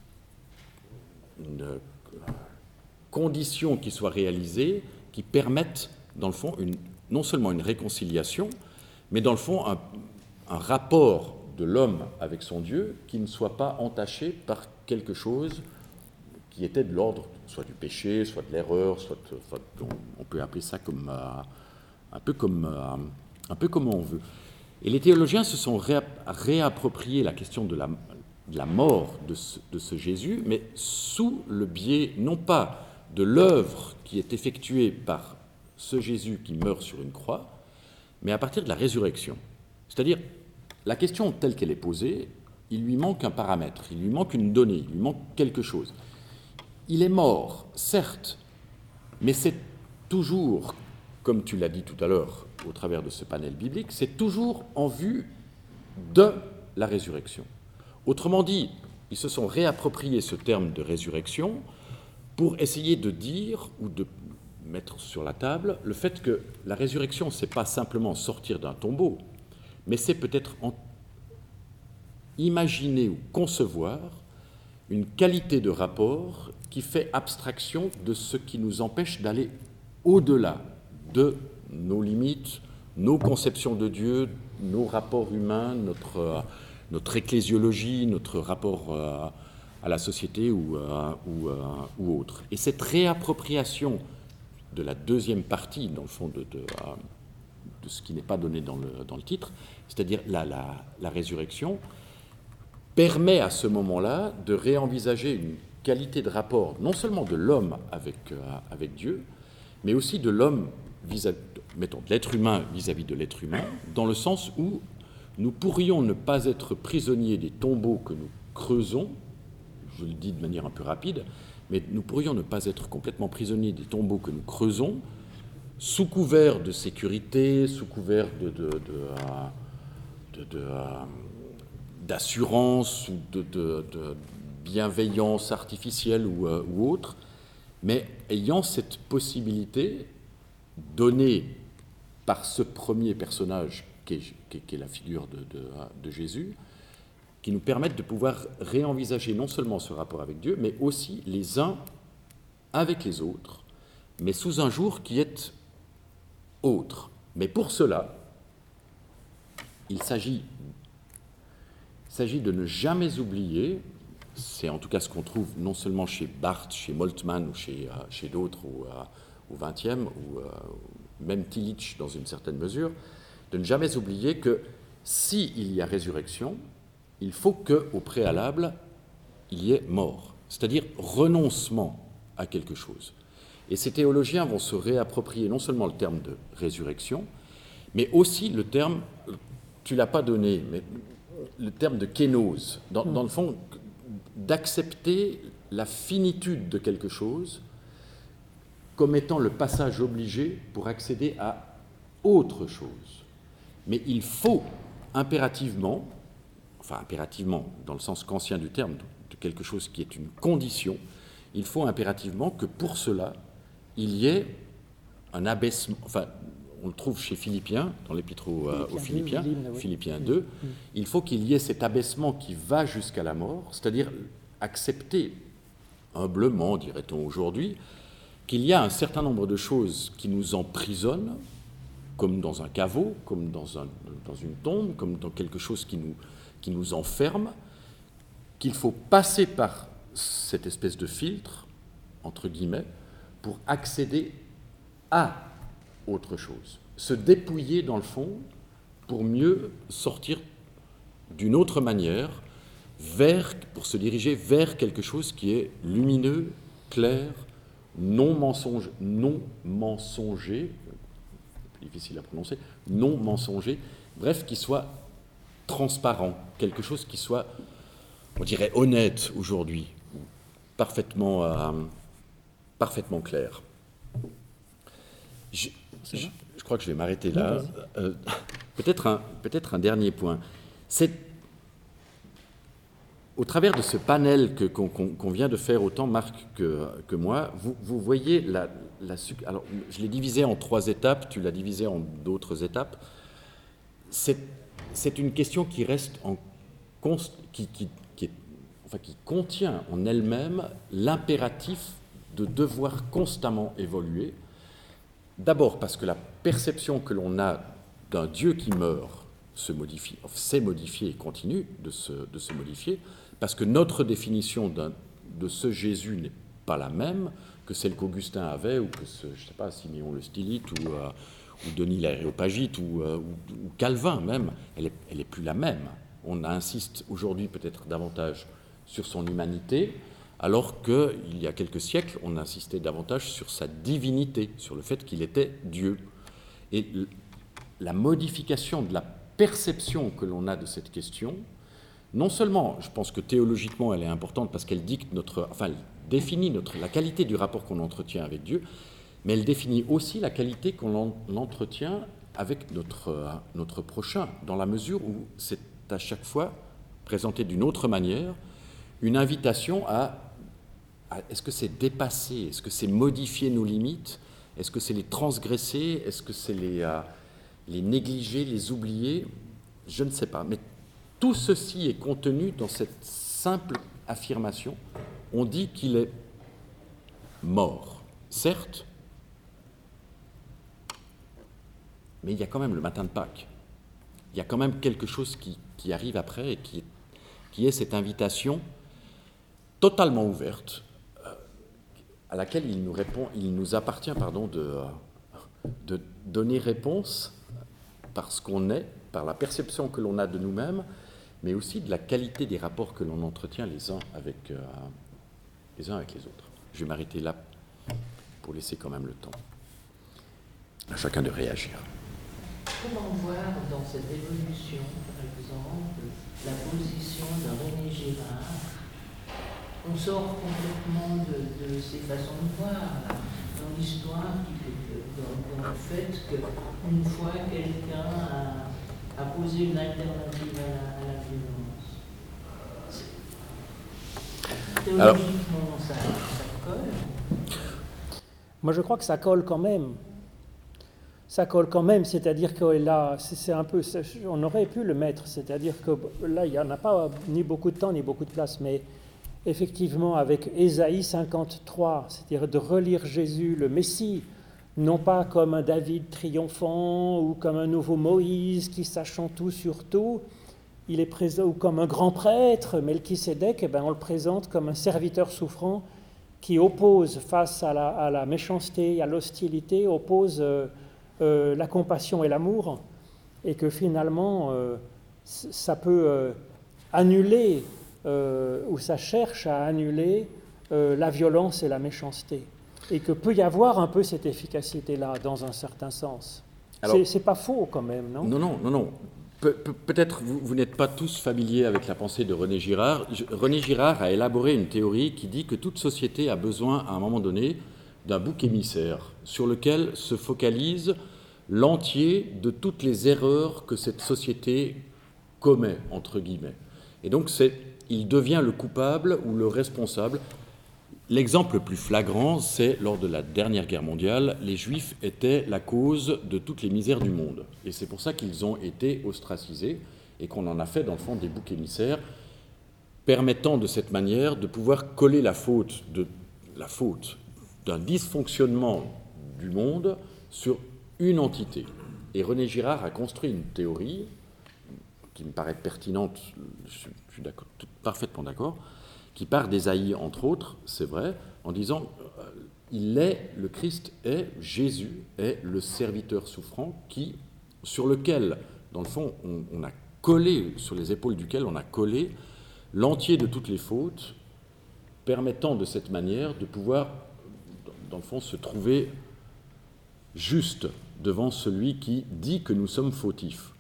Speaker 2: condition qui soit réalisée, qui permette, dans le fond, non seulement une réconciliation, mais dans le fond, un rapport de l'homme avec son Dieu qui ne soit pas entaché par quelque chose qui était de l'ordre soit du péché, soit de l'erreur, soit on peut appeler ça comme un peu comme on veut. Et les théologiens se sont réappropriés la question de la mort de ce Jésus, mais sous le biais non pas de l'œuvre qui est effectuée par ce Jésus qui meurt sur une croix, mais à partir de la résurrection. C'est-à-dire, la question telle qu'elle est posée, il lui manque un paramètre, il lui manque une donnée, il lui manque quelque chose. Il est mort, certes, mais c'est toujours, comme tu l'as dit tout à l'heure au travers de ce panel biblique, c'est toujours en vue de la résurrection. Autrement dit, ils se sont réappropriés ce terme de résurrection pour essayer de dire ou de mettre sur la table le fait que la résurrection, ce n'est pas simplement sortir d'un tombeau, mais c'est peut-être imaginer ou concevoir une qualité de rapport qui fait abstraction de ce qui nous empêche d'aller au-delà de nos limites, nos conceptions de Dieu, nos rapports humains, notre ecclésiologie, notre rapport à la société ou autre. Et cette réappropriation de la deuxième partie, dans le fond, de ce qui n'est pas donné dans le titre, c'est-à-dire la résurrection, permet à ce moment-là de réenvisager une qualité de rapport, non seulement de l'homme avec Dieu, mais aussi de l'homme mettons, de l'être humain vis-à-vis de l'être humain, dans le sens où nous pourrions ne pas être prisonniers des tombeaux que nous creusons, je le dis de manière un peu rapide, mais nous pourrions ne pas être complètement prisonniers des tombeaux que nous creusons, sous couvert de sécurité, sous couvert d'assurance ou de bienveillance artificielle ou autre, mais ayant cette possibilité donnée par ce premier personnage qui est la figure de Jésus, qui nous permettent de pouvoir réenvisager non seulement ce rapport avec Dieu, mais aussi les uns avec les autres, mais sous un jour qui est autre. Mais pour cela, il s'agit de ne jamais oublier, c'est en tout cas ce qu'on trouve non seulement chez Barthes, chez Moltmann ou chez d'autres au XXe, ou même Tillich dans une certaine mesure, de ne jamais oublier que s'il y a résurrection, il faut qu'au préalable, il y ait mort, c'est-à-dire renoncement à quelque chose. Et ces théologiens vont se réapproprier non seulement le terme de résurrection, mais aussi le terme, tu ne l'as pas donné, mais le terme de kénose, dans le fond, d'accepter la finitude de quelque chose comme étant le passage obligé pour accéder à autre chose. Mais il faut impérativement, dans le sens kantien du terme, de quelque chose qui est une condition, il faut impérativement que pour cela, il y ait un abaissement, on le trouve chez Philippiens, dans l'épître aux Philippiens, Philippiens 2, il faut qu'il y ait cet abaissement qui va jusqu'à la mort, c'est-à-dire accepter humblement, dirait-on aujourd'hui, qu'il y a un certain nombre de choses qui nous emprisonnent, comme dans un caveau, comme dans une tombe, comme dans quelque chose qui nous enferme, qu'il faut passer par cette espèce de filtre, entre guillemets, pour accéder à autre chose. Se dépouiller, dans le fond, pour mieux sortir d'une autre manière, pour se diriger vers quelque chose qui est lumineux, clair, non mensonger, difficile à prononcer, non mensonger, bref, qui soit transparent, quelque chose qui soit, on dirait, honnête aujourd'hui, parfaitement clair. Je crois que je vais m'arrêter là. Peut-être un dernier point. Au travers de ce panel qu'on vient de faire, autant Marc que moi, vous voyez alors, je l'ai divisé en 3 étapes, tu l'as divisé en d'autres étapes. C'est une question qui reste qui contient en elle-même l'impératif de devoir constamment évoluer. D'abord parce que la perception que l'on a d'un Dieu qui meurt s'est modifiée et continue de se modifier, parce que notre définition de ce Jésus n'est pas la même que celle qu'Augustin avait, ou que Siméon le Stylite, ou Denis l'Aréopagite, ou Calvin même. Elle est plus la même. On insiste aujourd'hui peut-être davantage sur son humanité, alors qu'il y a quelques siècles, on insistait davantage sur sa divinité, sur le fait qu'il était Dieu. Et la modification de la perception que l'on a de cette question, non seulement, je pense que théologiquement, elle est importante parce qu'elle dicte elle définit la qualité du rapport qu'on entretient avec Dieu, mais elle définit aussi la qualité qu'on entretient avec notre prochain, dans la mesure où c'est à chaque fois présenté d'une autre manière, une invitation à est-ce que c'est dépasser, est-ce que c'est modifier nos limites, est-ce que c'est les transgresser, est-ce que c'est les négliger, les oublier, je ne sais pas. Mais tout ceci est contenu dans cette simple affirmation. On dit qu'il est mort, certes, mais il y a quand même le matin de Pâques. Il y a quand même quelque chose qui arrive après et qui est cette invitation totalement ouverte, à laquelle il nous appartient de donner réponse par ce qu'on est, par la perception que l'on a de nous-mêmes, mais aussi de la qualité des rapports que l'on entretient les uns avec les autres. Je vais m'arrêter là pour laisser quand même le temps. À chacun de réagir.
Speaker 3: Comment voir dans cette évolution, par exemple, la position de René Girard? On sort complètement de ces façons de voir, là, dans l'histoire, dans le fait qu'une fois quelqu'un a posé une alternative à la violence. Théologiquement, ça colle.
Speaker 1: Moi, je crois que ça colle quand même. Ça colle quand même, c'est-à-dire que là, c'est un peu, on aurait pu le mettre, c'est-à-dire que là, il n'y en a pas ni beaucoup de temps, ni beaucoup de place, mais effectivement, avec Ésaïe 53, c'est-à-dire de relire Jésus, le Messie, non pas comme un David triomphant ou comme un nouveau Moïse qui sachant tout sur tout, il est présent, ou comme un grand prêtre, Melchisédek, on le présente comme un serviteur souffrant qui oppose face à la méchanceté, à l'hostilité, oppose la compassion et l'amour, et que finalement ça peut annuler, ou ça cherche à annuler la violence et la méchanceté, et que peut y avoir un peu cette efficacité-là dans un certain sens. C'est pas faux quand même, non ?
Speaker 2: Non. Peut-être vous n'êtes pas tous familiers avec la pensée de René Girard. René Girard a élaboré une théorie qui dit que toute société a besoin, à un moment donné, d'un bouc émissaire sur lequel se focalise l'entier de toutes les erreurs que cette société commet, entre guillemets. Et donc, il devient le coupable ou le responsable. L'exemple le plus flagrant, c'est lors de la dernière guerre mondiale, les Juifs étaient la cause de toutes les misères du monde. Et c'est pour ça qu'ils ont été ostracisés et qu'on en a fait, dans le fond, des boucs émissaires, permettant de cette manière de pouvoir coller la faute d'un dysfonctionnement du monde sur une entité. Et René Girard a construit une théorie qui me paraît pertinente, je suis parfaitement d'accord, qui part d'Ésaïe, entre autres, c'est vrai, en disant le Christ est, Jésus est le serviteur souffrant sur lequel, dans le fond, on a collé, sur les épaules duquel on a collé l'entier de toutes les fautes, permettant de cette manière de pouvoir, dans le fond, se trouver juste devant celui qui dit que nous sommes fautifs.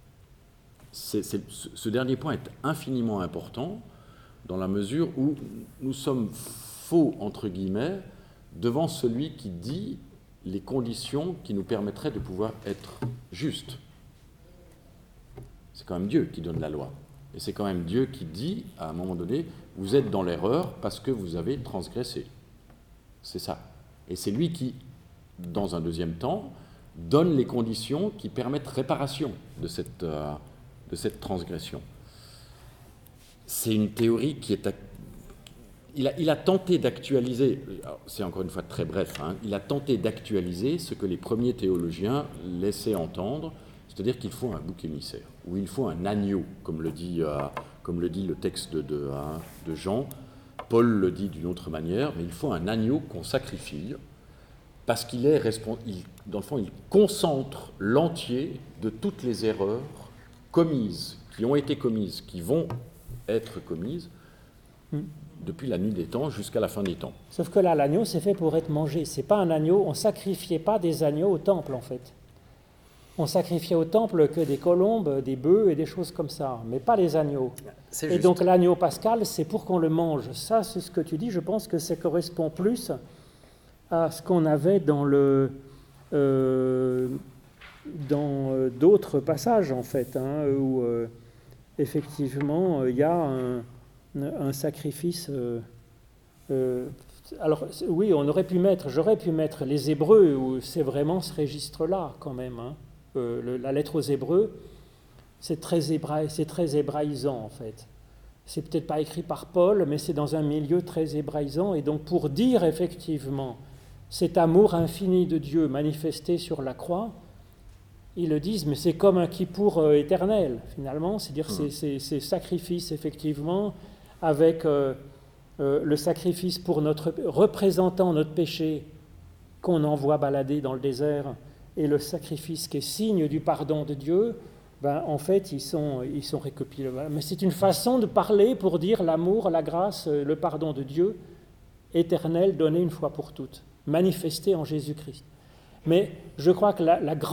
Speaker 2: Ce dernier point est infiniment important dans la mesure où nous sommes faux, entre guillemets, devant celui qui dit les conditions qui nous permettraient de pouvoir être justes. C'est quand même Dieu qui donne la loi. Et c'est quand même Dieu qui dit, à un moment donné, vous êtes dans l'erreur parce que vous avez transgressé. C'est ça. Et c'est lui qui, dans un deuxième temps, donne les conditions qui permettent réparation de cette transgression. C'est une théorie qui est... Il a tenté d'actualiser, c'est encore une fois très bref, il a tenté d'actualiser ce que les premiers théologiens laissaient entendre, c'est-à-dire qu'il faut un bouc émissaire, ou il faut un agneau, comme le dit le texte de Jean. Paul le dit d'une autre manière, mais il faut un agneau qu'on sacrifie, parce qu'il est dans le fond, il concentre l'entier de toutes les erreurs commises, qui ont été commises, qui vont être commises depuis la nuit des temps jusqu'à la fin des temps.
Speaker 1: Sauf que là, l'agneau, c'est fait pour être mangé. C'est pas un agneau, on ne sacrifiait pas des agneaux au temple, en fait. On sacrifiait au temple que des colombes, des bœufs et des choses comme ça, mais pas les agneaux. Et donc l'agneau pascal, c'est pour qu'on le mange. Ça, c'est ce que tu dis, je pense que ça correspond plus à ce qu'on avait dans d'autres passages, en fait, où effectivement, il y a un sacrifice. Alors, oui, j'aurais pu mettre les Hébreux, où c'est vraiment ce registre-là, quand même. La lettre aux Hébreux, c'est très hébraïsant, en fait. C'est peut-être pas écrit par Paul, mais c'est dans un milieu très hébraïsant. Et donc, pour dire effectivement cet amour infini de Dieu manifesté sur la croix, ils le disent, mais c'est comme un kippour éternel, finalement. C'est-à-dire c'est sacrifice, effectivement, avec le sacrifice représentant notre péché qu'on envoie balader dans le désert, et le sacrifice qui est signe du pardon de Dieu, en fait, ils sont récopiés. Mais c'est une façon de parler pour dire l'amour, la grâce, le pardon de Dieu, éternel, donné une fois pour toutes, manifesté en Jésus-Christ. Mais je crois que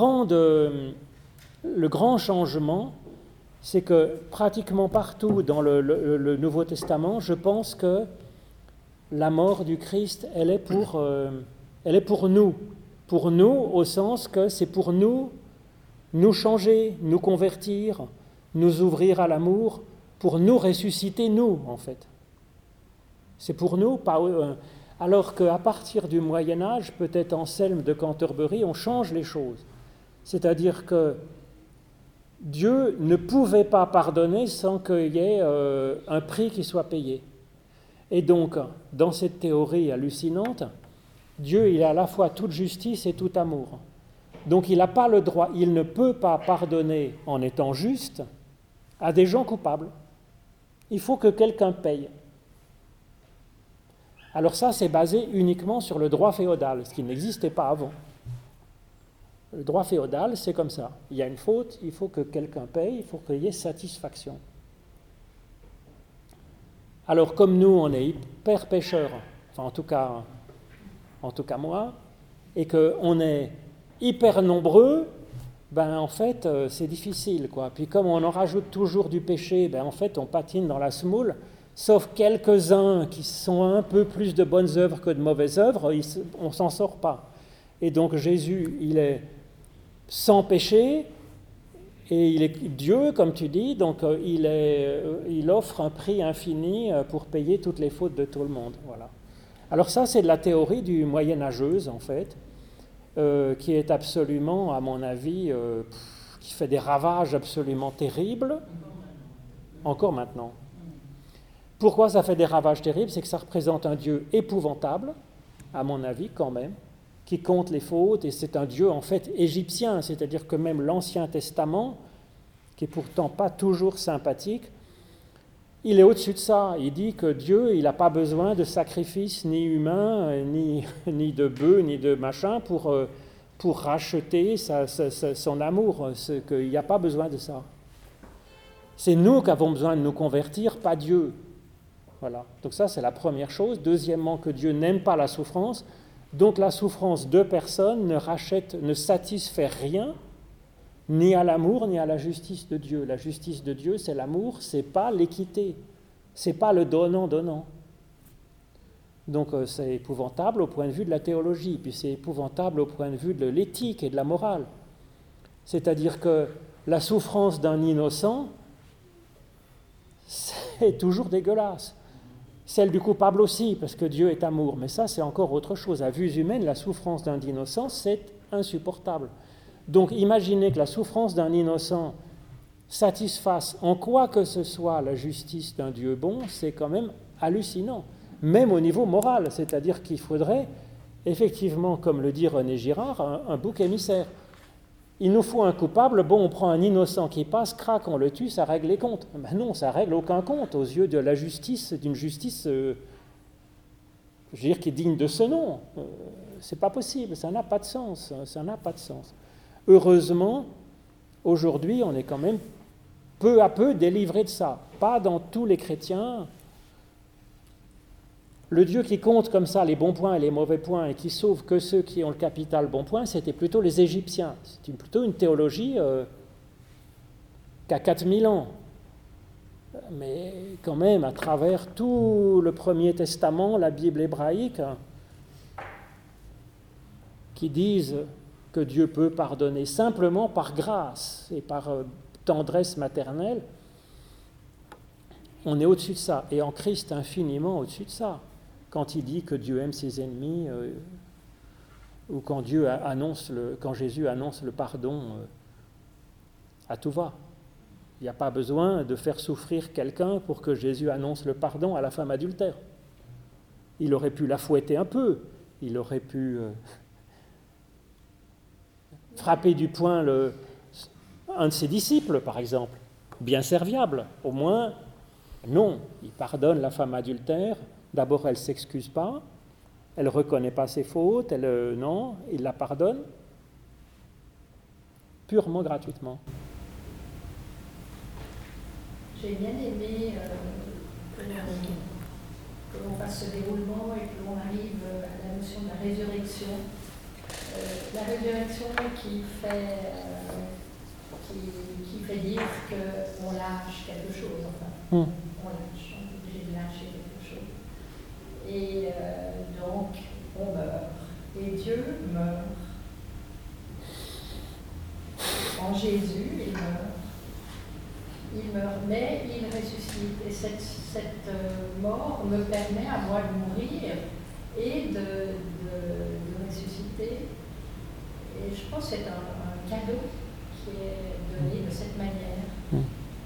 Speaker 1: le grand changement, c'est que pratiquement partout dans le Nouveau Testament, je pense que la mort du Christ, elle est pour nous. Pour nous, au sens que c'est pour nous changer, nous convertir, nous ouvrir à l'amour, pour nous ressusciter, nous, en fait. C'est pour nous, alors qu'à partir du Moyen-Âge, peut-être Anselme de Canterbury, on change les choses. C'est-à-dire que Dieu ne pouvait pas pardonner sans qu'il y ait un prix qui soit payé. Et donc, dans cette théorie hallucinante, Dieu, il a à la fois toute justice et tout amour. Donc il n'a pas le droit, il ne peut pas pardonner en étant juste à des gens coupables. Il faut que quelqu'un paye. Alors ça, c'est basé uniquement sur le droit féodal, ce qui n'existait pas avant. Le droit féodal, c'est comme ça. Il y a une faute, il faut que quelqu'un paye, il faut qu'il y ait satisfaction. Alors comme nous, on est hyper pécheurs, enfin en tout cas moi, et qu'on est hyper nombreux, ben en fait c'est difficile, quoi. Puis comme on en rajoute toujours du péché, ben en fait on patine dans la semoule, sauf quelques-uns qui sont un peu plus de bonnes œuvres que de mauvaises œuvres, on ne s'en sort pas. Et donc Jésus, il est sans péché, et il est Dieu, comme tu dis, donc il offre un prix infini pour payer toutes les fautes de tout le monde. Voilà. Alors ça, c'est de la théorie du moyenâgeuse, en fait, qui est absolument, à mon avis, qui fait des ravages absolument terribles, encore maintenant. Pourquoi ça fait des ravages terribles? C'est que ça représente un Dieu épouvantable, à mon avis, quand même, qui compte les fautes, et c'est un Dieu, en fait, égyptien, c'est-à-dire que même l'Ancien Testament, qui est pourtant pas toujours sympathique, il est au-dessus de ça. Il dit que Dieu, il n'a pas besoin de sacrifices ni humains, ni de bœufs, ni de machin pour racheter son amour. Qu'il n'y a pas besoin de ça. C'est nous qui avons besoin de nous convertir, pas Dieu. Voilà. Donc ça, c'est la première chose. Deuxièmement, que Dieu n'aime pas la souffrance. Donc la souffrance de personne ne satisfait rien, ni à l'amour, ni à la justice de Dieu. La justice de Dieu, c'est l'amour, c'est pas l'équité, c'est pas le donnant-donnant. Donc c'est épouvantable au point de vue de la théologie, puis c'est épouvantable au point de vue de l'éthique et de la morale. C'est-à-dire que la souffrance d'un innocent, c'est toujours dégueulasse. Celle du coupable aussi, parce que Dieu est amour. Mais ça, c'est encore autre chose. À vue humaine, la souffrance d'un innocent, c'est insupportable. Donc, imaginez que la souffrance d'un innocent satisfasse en quoi que ce soit la justice d'un Dieu bon, c'est quand même hallucinant. Même au niveau moral, c'est-à-dire qu'il faudrait, effectivement, comme le dit René Girard, un bouc émissaire. Il nous faut un coupable, bon, on prend un innocent qui passe, crac, on le tue, ça règle les comptes. Ben non, ça règle aucun compte aux yeux de la justice, d'une justice, je veux dire, qui est digne de ce nom. C'est pas possible, ça n'a pas de sens, ça n'a pas de sens. Heureusement, aujourd'hui, on est quand même peu à peu délivré de ça. Pas dans tous les chrétiens. Le Dieu qui compte comme ça les bons points et les mauvais points et qui sauve que ceux qui ont le capital bon point, c'était plutôt les Égyptiens. C'était plutôt une théologie qu'à 4000 ans. Mais quand même, à travers tout le Premier Testament, la Bible hébraïque, qui disent que Dieu peut pardonner simplement par grâce et par tendresse maternelle, on est au-dessus de ça. Et en Christ, infiniment au-dessus de ça. Quand il dit que Dieu aime ses ennemis, ou quand Jésus annonce le pardon à tout va. Il n'y a pas besoin de faire souffrir quelqu'un pour que Jésus annonce le pardon à la femme adultère. Il aurait pu la fouetter un peu, il aurait pu frapper du poing un de ses disciples, par exemple, bien serviable. Au moins, non, il pardonne la femme adultère. D'abord, elle ne s'excuse pas, elle ne reconnaît pas ses fautes, non, il la pardonne purement gratuitement.
Speaker 4: J'ai bien aimé que l'on fasse ce déroulement et que l'on arrive à la notion de la résurrection. la résurrection qui fait dire qu'on lâche quelque chose, enfin, on lâche, on est obligé de lâcher quelque chose. Et donc, on meurt. Et Dieu meurt. En Jésus, il meurt. Il meurt, mais il ressuscite. Et cette mort me permet à moi de mourir et de ressusciter. Et je pense que c'est un cadeau qui est donné de cette manière.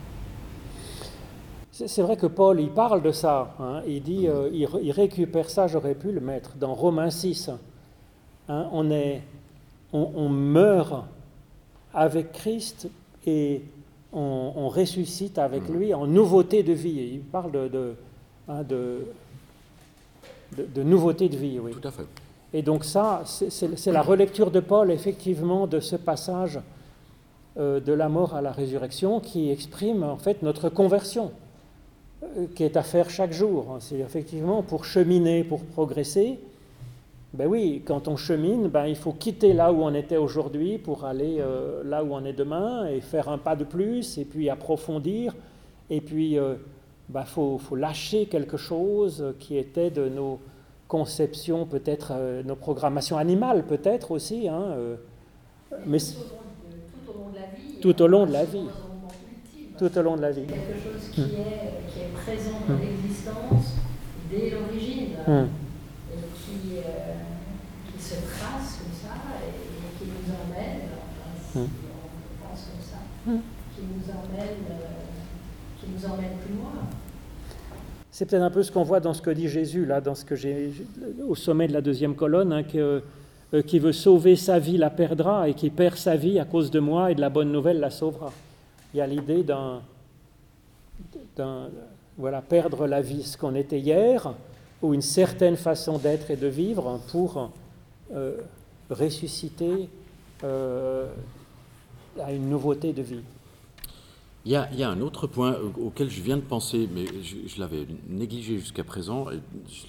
Speaker 1: C'est vrai que Paul, il parle de ça. Hein. Il dit, il récupère ça, j'aurais pu le mettre, dans Romains 6. Hein, on meurt avec Christ et on ressuscite avec lui en nouveauté de vie. Et il parle de nouveauté de vie, oui.
Speaker 2: Tout à fait.
Speaker 1: Et donc ça, c'est la relecture de Paul, effectivement, de ce passage de la mort à la résurrection qui exprime en fait notre conversion, qui est à faire chaque jour. C'est effectivement pour cheminer, pour progresser. Ben oui, quand on chemine, il faut quitter là où on était aujourd'hui pour aller là où on est demain et faire un pas de plus et puis approfondir. Et puis, faut lâcher quelque chose qui était de nos conceptions, peut-être nos programmations animales, peut-être aussi. Hein, mais
Speaker 4: tout au long de la vie.
Speaker 1: Tout au long de la vie.
Speaker 4: Dans un moment ultime.
Speaker 1: Tout au long de la vie.
Speaker 4: Quelque chose qui est présent dans l'existence dès l'origine. Et qui se trace comme ça et qui nous emmène, si on pense comme ça, qui nous emmène plus loin.
Speaker 1: C'est peut-être un peu ce qu'on voit dans ce que dit Jésus, là, dans ce que j'ai au sommet de la deuxième colonne, hein, qui veut sauver sa vie la perdra et qui perd sa vie à cause de moi et de la bonne nouvelle la sauvera. Il y a l'idée perdre la vie, ce qu'on était hier, ou une certaine façon d'être et de vivre pour ressusciter à une nouveauté de vie.
Speaker 2: Il y a un autre point auquel je viens de penser, mais je l'avais négligé jusqu'à présent, et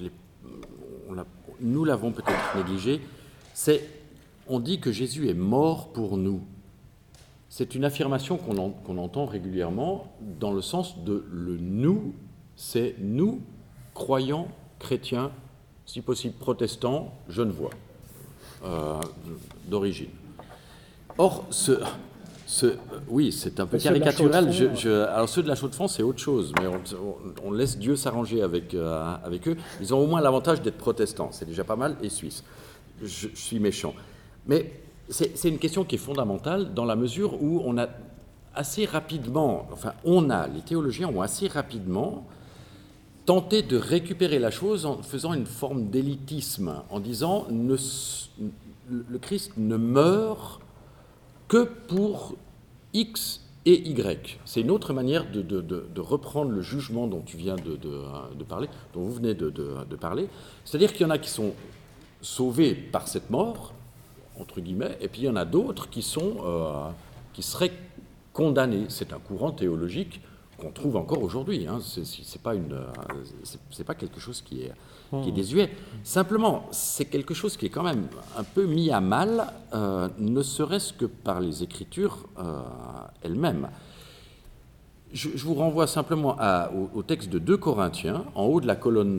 Speaker 2: nous l'avons peut-être négligé, on dit que Jésus est mort pour nous. C'est une affirmation qu'on entend régulièrement dans le sens de le nous, c'est nous, croyants, chrétiens, si possible protestants, genevois, d'origine. Or, oui, c'est un peu caricatural. Alors ceux de la Chaux-de-Fonds, c'est autre chose, mais on laisse Dieu s'arranger avec eux. Ils ont au moins l'avantage d'être protestants, c'est déjà pas mal, et suisses. Je suis méchant. Mais c'est une question qui est fondamentale dans la mesure où on a assez rapidement, les théologiens ont assez rapidement tenté de récupérer la chose en faisant une forme d'élitisme, en disant le Christ ne meurt que pour X et Y. C'est une autre manière de reprendre le jugement dont tu viens de parler, dont vous venez de parler. C'est-à-dire qu'il y en a qui sont sauvés par cette mort, entre guillemets, et puis il y en a d'autres qui seraient condamnés. C'est un courant théologique qu'on trouve encore aujourd'hui. Hein. C'est pas quelque chose qui est désuet. Simplement, c'est quelque chose qui est quand même un peu mis à mal, ne serait-ce que par les Écritures elles-mêmes. Je vous renvoie simplement au texte de 2 Corinthiens, en haut de la colonne,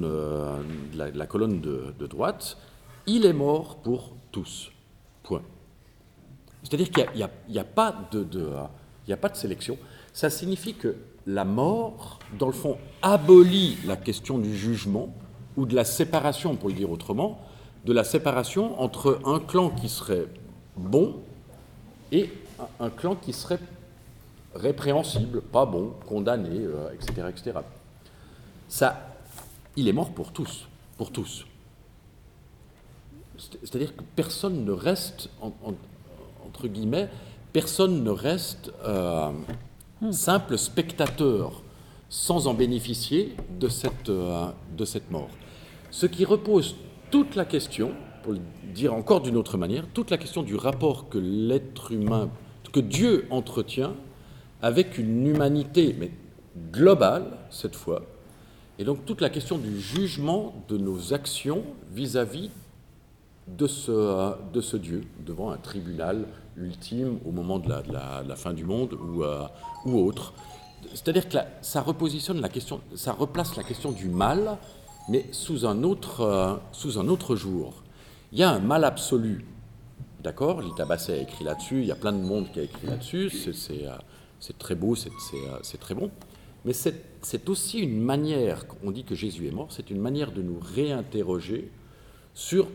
Speaker 2: de droite. Il est mort pour tous. Point. C'est-à-dire qu'il n'y a pas de sélection. Ça signifie que la mort, dans le fond, abolit la question du jugement ou de la séparation, pour le dire autrement, de la séparation entre un clan qui serait bon et un clan qui serait répréhensible, pas bon, condamné, etc., etc. Ça, il est mort pour tous, pour tous. C'est-à-dire que personne ne reste, entre guillemets, personne ne reste simple spectateur sans en bénéficier de cette mort. Ce qui repose toute la question, pour le dire encore d'une autre manière, toute la question du rapport que l'être humain, que Dieu entretient avec une humanité, mais globale cette fois, et donc toute la question du jugement de nos actions vis-à-vis de ce Dieu devant un tribunal ultime au moment de la fin du monde ou autre. C'est-à-dire que ça repositionne la question, ça replace la question du mal, mais sous un autre jour. Il y a un mal absolu, d'accord? Lita Basset a écrit là-dessus, il y a plein de monde qui a écrit là-dessus, c'est très beau, c'est très bon. Mais c'est aussi une manière, on dit que Jésus est mort, c'est une manière de nous réinterroger sur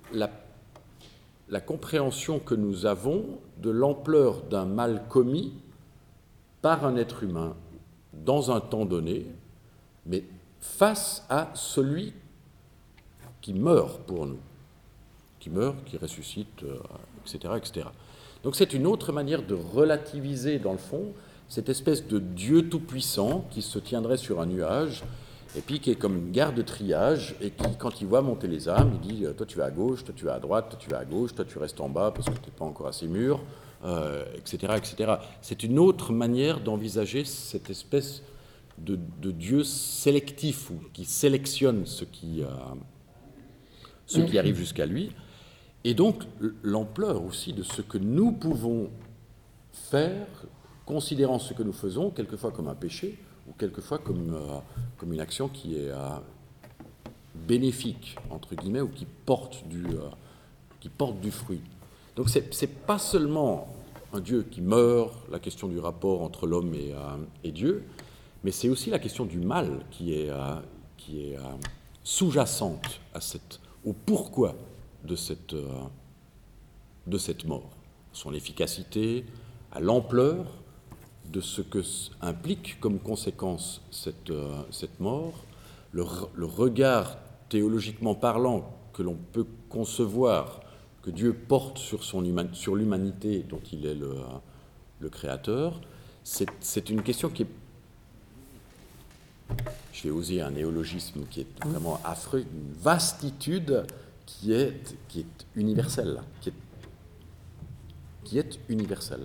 Speaker 2: la compréhension que nous avons de l'ampleur d'un mal commis par un être humain dans un temps donné, mais face à celui qui meurt pour nous, qui meurt, qui ressuscite, etc., etc. Donc c'est une autre manière de relativiser, dans le fond, cette espèce de Dieu tout-puissant qui se tiendrait sur un nuage, et puis qui est comme une gare de triage, et qui, quand il voit monter les âmes, il dit « toi tu vas à gauche, toi tu vas à droite, toi tu vas à gauche, toi tu restes en bas parce que tu n'es pas encore assez mûr », etc., etc. C'est une autre manière d'envisager cette espèce de Dieu sélectif, ou qui sélectionne ce qui arrive jusqu'à lui, et donc l'ampleur aussi de ce que nous pouvons faire, considérant ce que nous faisons, quelquefois comme un péché, ou quelquefois comme une action qui est bénéfique, entre guillemets, ou qui porte du fruit. Donc c'est pas seulement un Dieu qui meurt, la question du rapport entre l'homme et Dieu, mais c'est aussi la question du mal qui est sous-jacente au pourquoi de cette mort, son efficacité, à l'ampleur de ce que implique comme conséquence cette mort, le regard théologiquement parlant que l'on peut concevoir, que Dieu porte sur l'humanité dont il est le créateur. C'est une question qui est, je vais oser un néologisme qui est vraiment affreux, une vastitude qui est universelle, qui est universelle,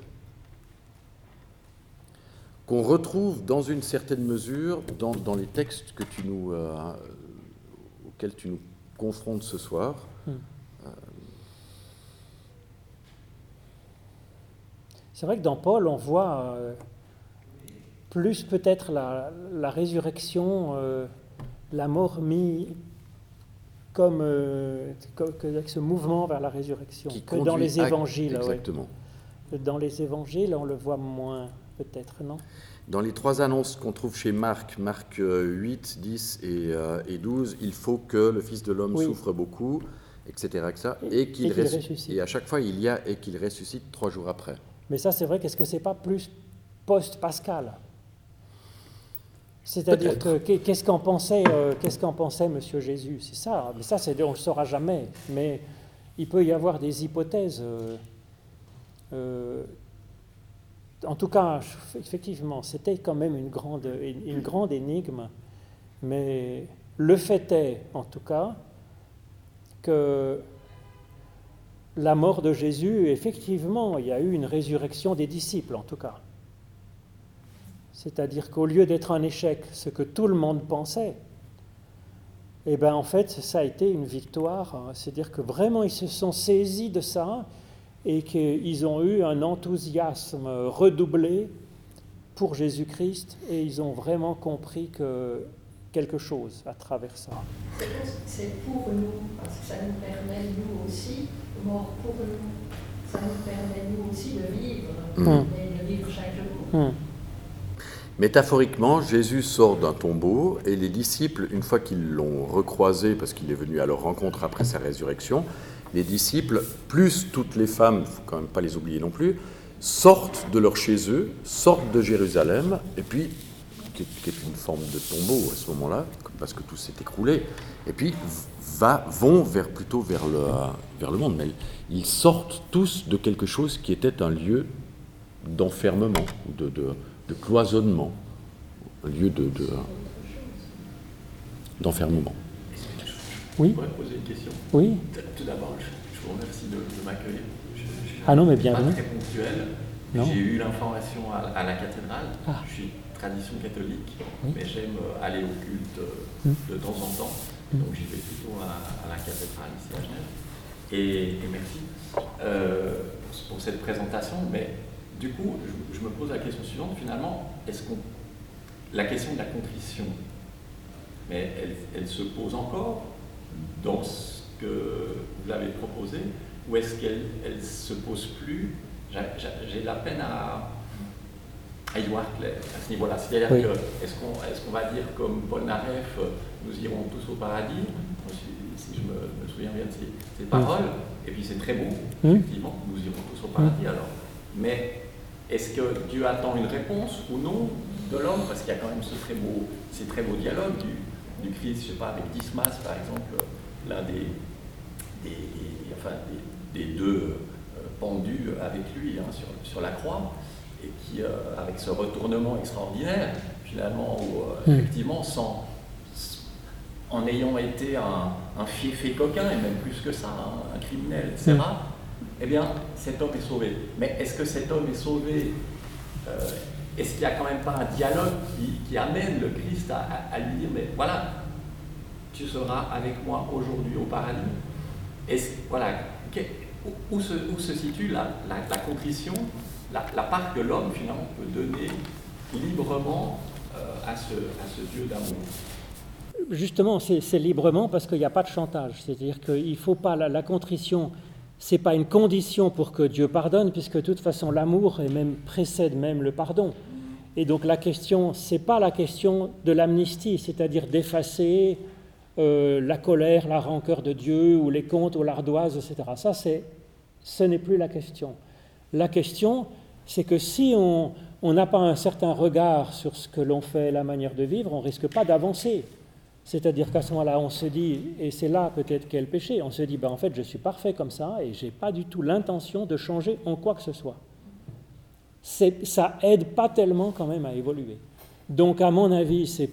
Speaker 2: qu'on retrouve dans une certaine mesure dans les textes auxquels tu nous confrontes ce soir.
Speaker 1: C'est vrai que dans Paul, on voit plus peut-être la résurrection, la mort mis comme avec ce mouvement vers la résurrection, que dans les évangiles.
Speaker 2: Exactement.
Speaker 1: Ouais. Dans les évangiles, on le voit moins, peut-être, non?
Speaker 2: Dans les trois annonces qu'on trouve chez Marc 8, 10 et 12, il faut que le Fils de l'homme souffre beaucoup, etc. Et qu'il ressuscite. Et à chaque fois, il y a « et qu'il ressuscite 3 jours après ».
Speaker 1: Mais ça, c'est vrai, qu'est-ce que c'est pas plus post-Pascal? C'est-à-dire que qu'est-ce qu'en pensait Monsieur Jésus? C'est ça. Mais ça, on ne le saura jamais. Mais il peut y avoir des hypothèses. En tout cas, effectivement, c'était quand même une grande énigme. Mais le fait est, en tout cas, que la mort de Jésus, effectivement, il y a eu une résurrection des disciples, en tout cas. C'est-à-dire qu'au lieu d'être un échec, ce que tout le monde pensait, eh bien, en fait, ça a été une victoire. C'est-à-dire que vraiment, ils se sont saisis de ça et qu'ils ont eu un enthousiasme redoublé pour Jésus-Christ et ils ont vraiment compris quelque chose à travers ça.
Speaker 4: C'est pour nous, parce que ça nous permet, nous aussi, mort pour nous, ça nous permet, nous aussi, de vivre, et de vivre chaque jour.
Speaker 2: Métaphoriquement, Jésus sort d'un tombeau et les disciples, une fois qu'ils l'ont recroisé, parce qu'il est venu à leur rencontre après sa résurrection, les disciples, plus toutes les femmes, il ne faut quand même pas les oublier non plus, sortent de leur chez eux, sortent de Jérusalem, et puis, qui est une forme de tombeau à ce moment-là, parce que tout s'est écroulé, et puis vont plutôt vers le monde. Mais ils sortent tous de quelque chose qui était un lieu d'enfermement, de cloisonnement, un lieu d'enfermement.
Speaker 1: Oui.
Speaker 5: Je pourrais te poser une question.
Speaker 1: Oui.
Speaker 5: Tout d'abord, je vous remercie de m'accueillir.
Speaker 1: Ah non, mais bienvenue.
Speaker 5: Pas très ponctuel. J'ai eu l'information à la cathédrale. Je suis tradition catholique, mais j'aime aller au culte de temps en temps. Donc j'y vais plutôt à la cathédrale ici à Genève. Et merci pour cette présentation. Mais du coup, je me pose la question suivante, finalement, la question de la contrition, mais elle se pose encore dans ce que vous l'avez proposé, ou est-ce qu'elle se pose plus? J'ai la peine à y voir clair à ce niveau-là. C'est-à-dire
Speaker 1: oui.
Speaker 5: que est-ce qu'on va dire comme Paul Naref, nous irons tous au paradis, si je me souviens bien de ces paroles, et puis c'est très beau, effectivement, nous irons tous au paradis alors. Mais est-ce que Dieu attend une réponse ou non de l'homme? Parce qu'il y a quand même ces très beaux dialogues du Christ, je ne sais pas, avec Dismas par exemple, l'un des deux pendus avec lui sur la croix, et qui, avec ce retournement extraordinaire, finalement, où effectivement, en ayant été un fiefé coquin, et même plus que ça, un criminel, etc., eh bien, cet homme est sauvé. Mais est-ce que cet homme est sauvé est-ce qu'il n'y a quand même pas un dialogue qui amène le Christ à lui dire, mais voilà, tu seras avec moi aujourd'hui au paradis? Voilà, où se situe la contrition, la part que l'homme finalement peut donner librement à ce Dieu d'amour?
Speaker 1: Justement, c'est librement parce qu'il n'y a pas de chantage. C'est-à-dire qu'il ne faut pas la contrition. Ce n'est pas une condition pour que Dieu pardonne, puisque de toute façon l'amour précède même le pardon. Et donc la question, ce n'est pas la question de l'amnistie, c'est-à-dire d'effacer la colère, la rancœur de Dieu, ou les comptes, ou l'ardoise, etc. Ça, ce n'est plus la question. La question, c'est que si on n'a pas un certain regard sur ce que l'on fait, la manière de vivre, on ne risque pas d'avancer. C'est-à-dire qu'à ce moment-là, on se dit, et c'est là peut-être qu'est le péché, on se dit, en fait, je suis parfait comme ça et je n'ai pas du tout l'intention de changer en quoi que ce soit. Ça aide pas tellement quand même à évoluer. Donc, à mon avis, c'est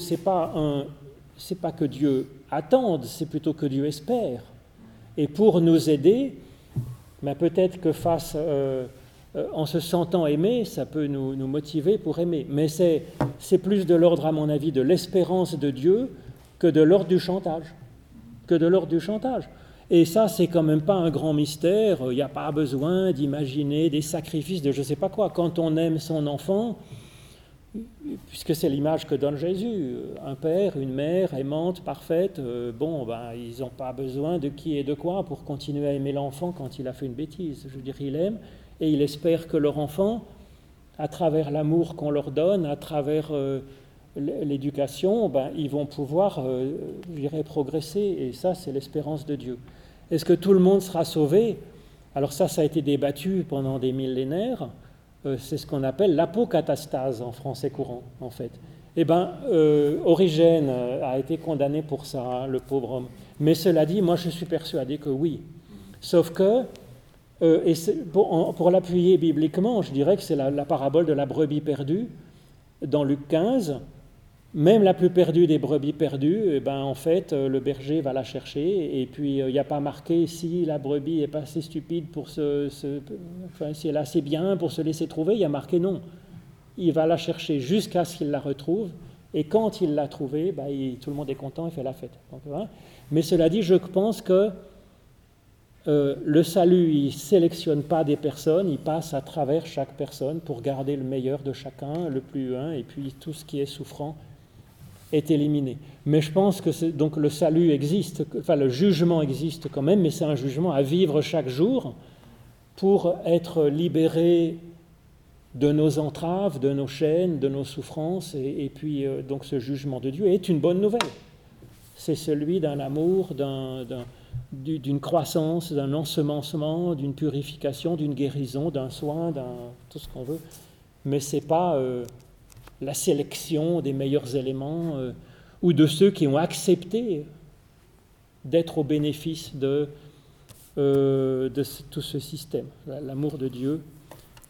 Speaker 1: pas que Dieu attende, c'est plutôt que Dieu espère. Et pour nous aider, peut-être que en se sentant aimé, ça peut nous motiver pour aimer. Mais c'est plus de l'ordre, à mon avis, de l'espérance de Dieu que de l'ordre du chantage. Et ça, c'est quand même pas un grand mystère. Il n'y a pas besoin d'imaginer des sacrifices de je ne sais pas quoi. Quand on aime son enfant, puisque c'est l'image que donne Jésus, un père, une mère aimante, parfaite, ils n'ont pas besoin de qui et de quoi pour continuer à aimer l'enfant quand il a fait une bêtise. Je veux dire, il aime et il espère que leur enfant, à travers l'amour qu'on leur donne, à travers l'éducation, ils vont pouvoir, progresser. Et ça, c'est l'espérance de Dieu. Est-ce que tout le monde sera sauvé? Alors ça a été débattu pendant des millénaires. C'est ce qu'on appelle l'apocatastase en français courant, en fait. Origène a été condamné pour ça, le pauvre homme. Mais cela dit, moi je suis persuadé que oui. Sauf que, pour l'appuyer bibliquement, je dirais que c'est la parabole de la brebis perdue, dans Luc 15. Même la plus perdue des brebis perdues, en fait, le berger va la chercher, et puis il n'y a pas marqué si la brebis n'est pas assez stupide si elle est assez bien pour se laisser trouver, il y a marqué non. Il va la chercher jusqu'à ce qu'il la retrouve, et quand il l'a trouvée, tout le monde est content, il fait la fête. Donc, hein. Mais cela dit, je pense que le salut, il ne sélectionne pas des personnes, il passe à travers chaque personne pour garder le meilleur de chacun, le plus et puis tout ce qui est souffrant est éliminé. Mais je pense que donc le salut existe, le jugement existe quand même, mais c'est un jugement à vivre chaque jour pour être libéré de nos entraves, de nos chaînes, de nos souffrances, et puis donc ce jugement de Dieu est une bonne nouvelle. C'est celui d'un amour, d'une croissance, d'un ensemencement, d'une purification, d'une guérison, d'un soin, tout ce qu'on veut. Mais ce n'est pas la sélection des meilleurs éléments ou de ceux qui ont accepté d'être au bénéfice de tout ce système. L'amour de Dieu